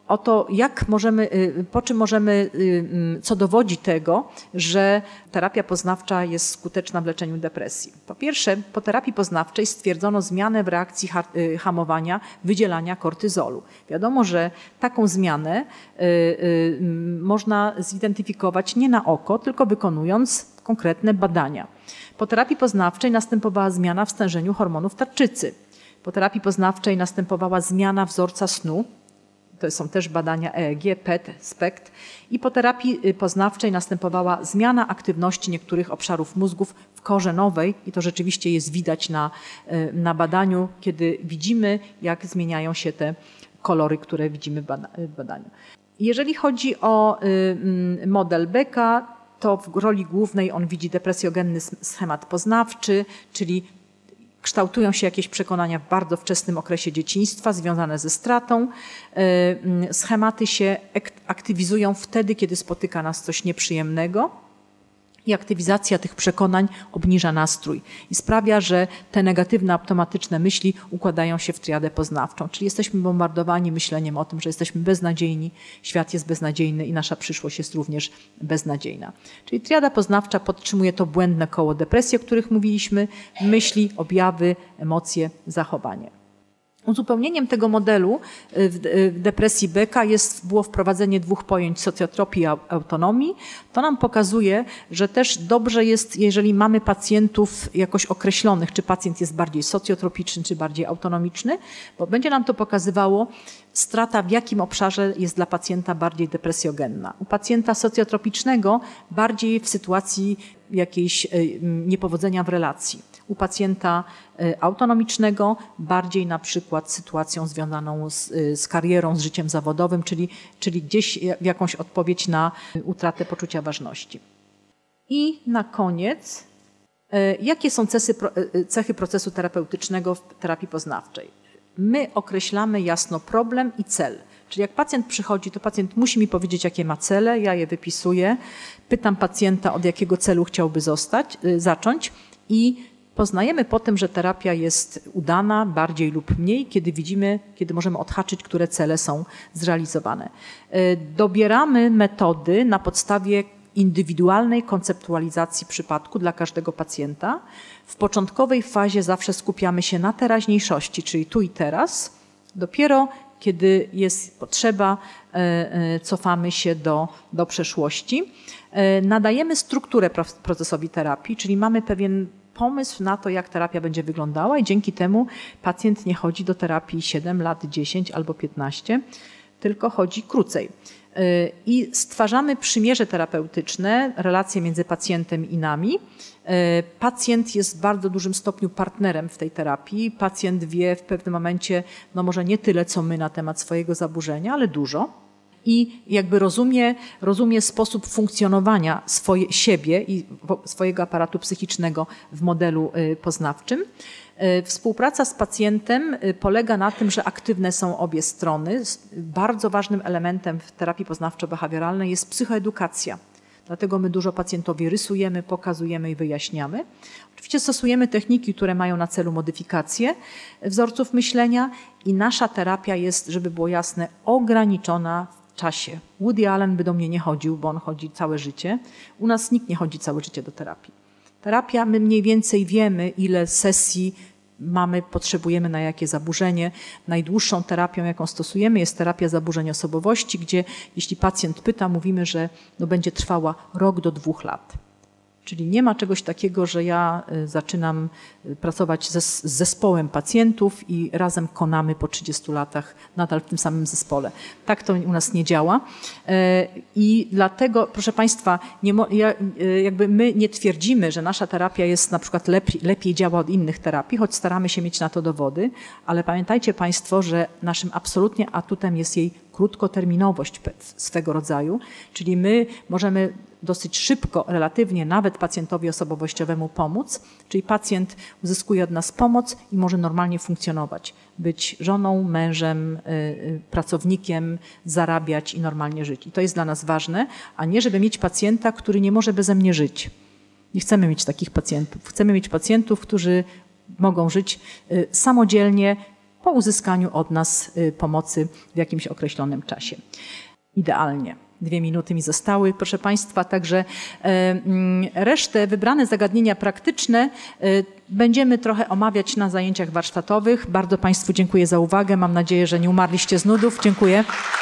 Speaker 1: o to, jak możemy, po czym możemy, co dowodzi tego, że terapia poznawcza jest skuteczna w leczeniu depresji. Po pierwsze, po terapii poznawczej stwierdzono zmianę w reakcji hamowania wydzielania kortyzolu. Wiadomo, że taką zmianę można zidentyfikować nie na oko, tylko wykonując konkretne badania. Po terapii poznawczej następowała zmiana w stężeniu hormonów tarczycy. Po terapii poznawczej następowała zmiana wzorca snu. To są też badania E E G, P E T, SPECT. I po terapii poznawczej następowała zmiana aktywności niektórych obszarów mózgów w korze nowej. I to rzeczywiście jest widać na, na badaniu, kiedy widzimy, jak zmieniają się te kolory, które widzimy w badaniu. Jeżeli chodzi o model Becka, to w roli głównej on widzi depresjogenny schemat poznawczy, czyli kształtują się jakieś przekonania w bardzo wczesnym okresie dzieciństwa związane ze stratą. Schematy się aktywizują wtedy, kiedy spotyka nas coś nieprzyjemnego i aktywizacja tych przekonań obniża nastrój i sprawia, że te negatywne, automatyczne myśli układają się w triadę poznawczą. Czyli jesteśmy bombardowani myśleniem o tym, że jesteśmy beznadziejni, świat jest beznadziejny i nasza przyszłość jest również beznadziejna. Czyli triada poznawcza podtrzymuje to błędne koło depresji, o których mówiliśmy, myśli, objawy, emocje, zachowanie. Uzupełnieniem tego modelu w depresji Becka jest, było wprowadzenie dwóch pojęć socjotropii i autonomii. To nam pokazuje, że też dobrze jest, jeżeli mamy pacjentów jakoś określonych, czy pacjent jest bardziej socjotropiczny, czy bardziej autonomiczny, bo będzie nam to pokazywało strata, w jakim obszarze jest dla pacjenta bardziej depresjogenna. U pacjenta socjotropicznego bardziej w sytuacji jakiejś niepowodzenia w relacji. U pacjenta autonomicznego bardziej na przykład sytuacją związaną z, z karierą, z życiem zawodowym, czyli, czyli gdzieś w jakąś odpowiedź na utratę poczucia ważności. I na koniec, jakie są cechy, cechy procesu terapeutycznego w terapii poznawczej? My określamy jasno problem i cel. Czyli jak pacjent przychodzi, to pacjent musi mi powiedzieć, jakie ma cele, ja je wypisuję, pytam pacjenta, od jakiego celu chciałby zostać, zacząć i poznajemy po tym, że terapia jest udana bardziej lub mniej, kiedy widzimy, kiedy możemy odhaczyć, które cele są zrealizowane. Dobieramy metody na podstawie indywidualnej konceptualizacji przypadku dla każdego pacjenta. W początkowej fazie zawsze skupiamy się na teraźniejszości, czyli tu i teraz. Dopiero kiedy jest potrzeba, cofamy się do, do przeszłości. Nadajemy strukturę procesowi terapii, czyli mamy pewien pomysł na to, jak terapia będzie wyglądała i dzięki temu pacjent nie chodzi do terapii siedem lat, dziesięć albo piętnaście, tylko chodzi krócej. I stwarzamy przymierze terapeutyczne, relacje między pacjentem i nami. Pacjent jest w bardzo dużym stopniu partnerem w tej terapii. Pacjent wie w pewnym momencie, no może nie tyle, co my na temat swojego zaburzenia, ale dużo. I jakby rozumie, rozumie sposób funkcjonowania swoje, siebie i swojego aparatu psychicznego w modelu poznawczym. Współpraca z pacjentem polega na tym, że aktywne są obie strony. Bardzo ważnym elementem w terapii poznawczo-behawioralnej jest psychoedukacja. Dlatego my dużo pacjentowi rysujemy, pokazujemy i wyjaśniamy. Oczywiście stosujemy techniki, które mają na celu modyfikację wzorców myślenia i nasza terapia jest, żeby było jasne, ograniczona w czasie. Woody Allen by do mnie nie chodził, bo on chodzi całe życie. U nas nikt nie chodzi całe życie do terapii. Terapia, my mniej więcej wiemy, ile sesji mamy, potrzebujemy na jakie zaburzenie. Najdłuższą terapią, jaką stosujemy, jest terapia zaburzeń osobowości, gdzie jeśli pacjent pyta, mówimy, że no będzie trwała rok do dwóch lat. Czyli nie ma czegoś takiego, że ja zaczynam pracować z zespołem pacjentów i razem konamy po trzydziestu latach nadal w tym samym zespole. Tak to u nas nie działa. I dlatego, proszę Państwa, nie, jakby my nie twierdzimy, że nasza terapia jest na przykład lepiej, lepiej działa od innych terapii, choć staramy się mieć na to dowody, ale pamiętajcie Państwo, że naszym absolutnie atutem jest jej krótkoterminowość swego rodzaju, czyli my możemy dosyć szybko, relatywnie nawet pacjentowi osobowościowemu pomóc, czyli pacjent uzyskuje od nas pomoc i może normalnie funkcjonować, być żoną, mężem, yy, pracownikiem, zarabiać i normalnie żyć. I to jest dla nas ważne, a nie żeby mieć pacjenta, który nie może beze mnie żyć. Nie chcemy mieć takich pacjentów. Chcemy mieć pacjentów, którzy mogą żyć yy, samodzielnie, po uzyskaniu od nas pomocy w jakimś określonym czasie. Idealnie. Dwie minuty mi zostały, proszę Państwa, także resztę, wybrane zagadnienia praktyczne będziemy trochę omawiać na zajęciach warsztatowych. Bardzo Państwu dziękuję za uwagę. Mam nadzieję, że nie umarliście z nudów. Dziękuję.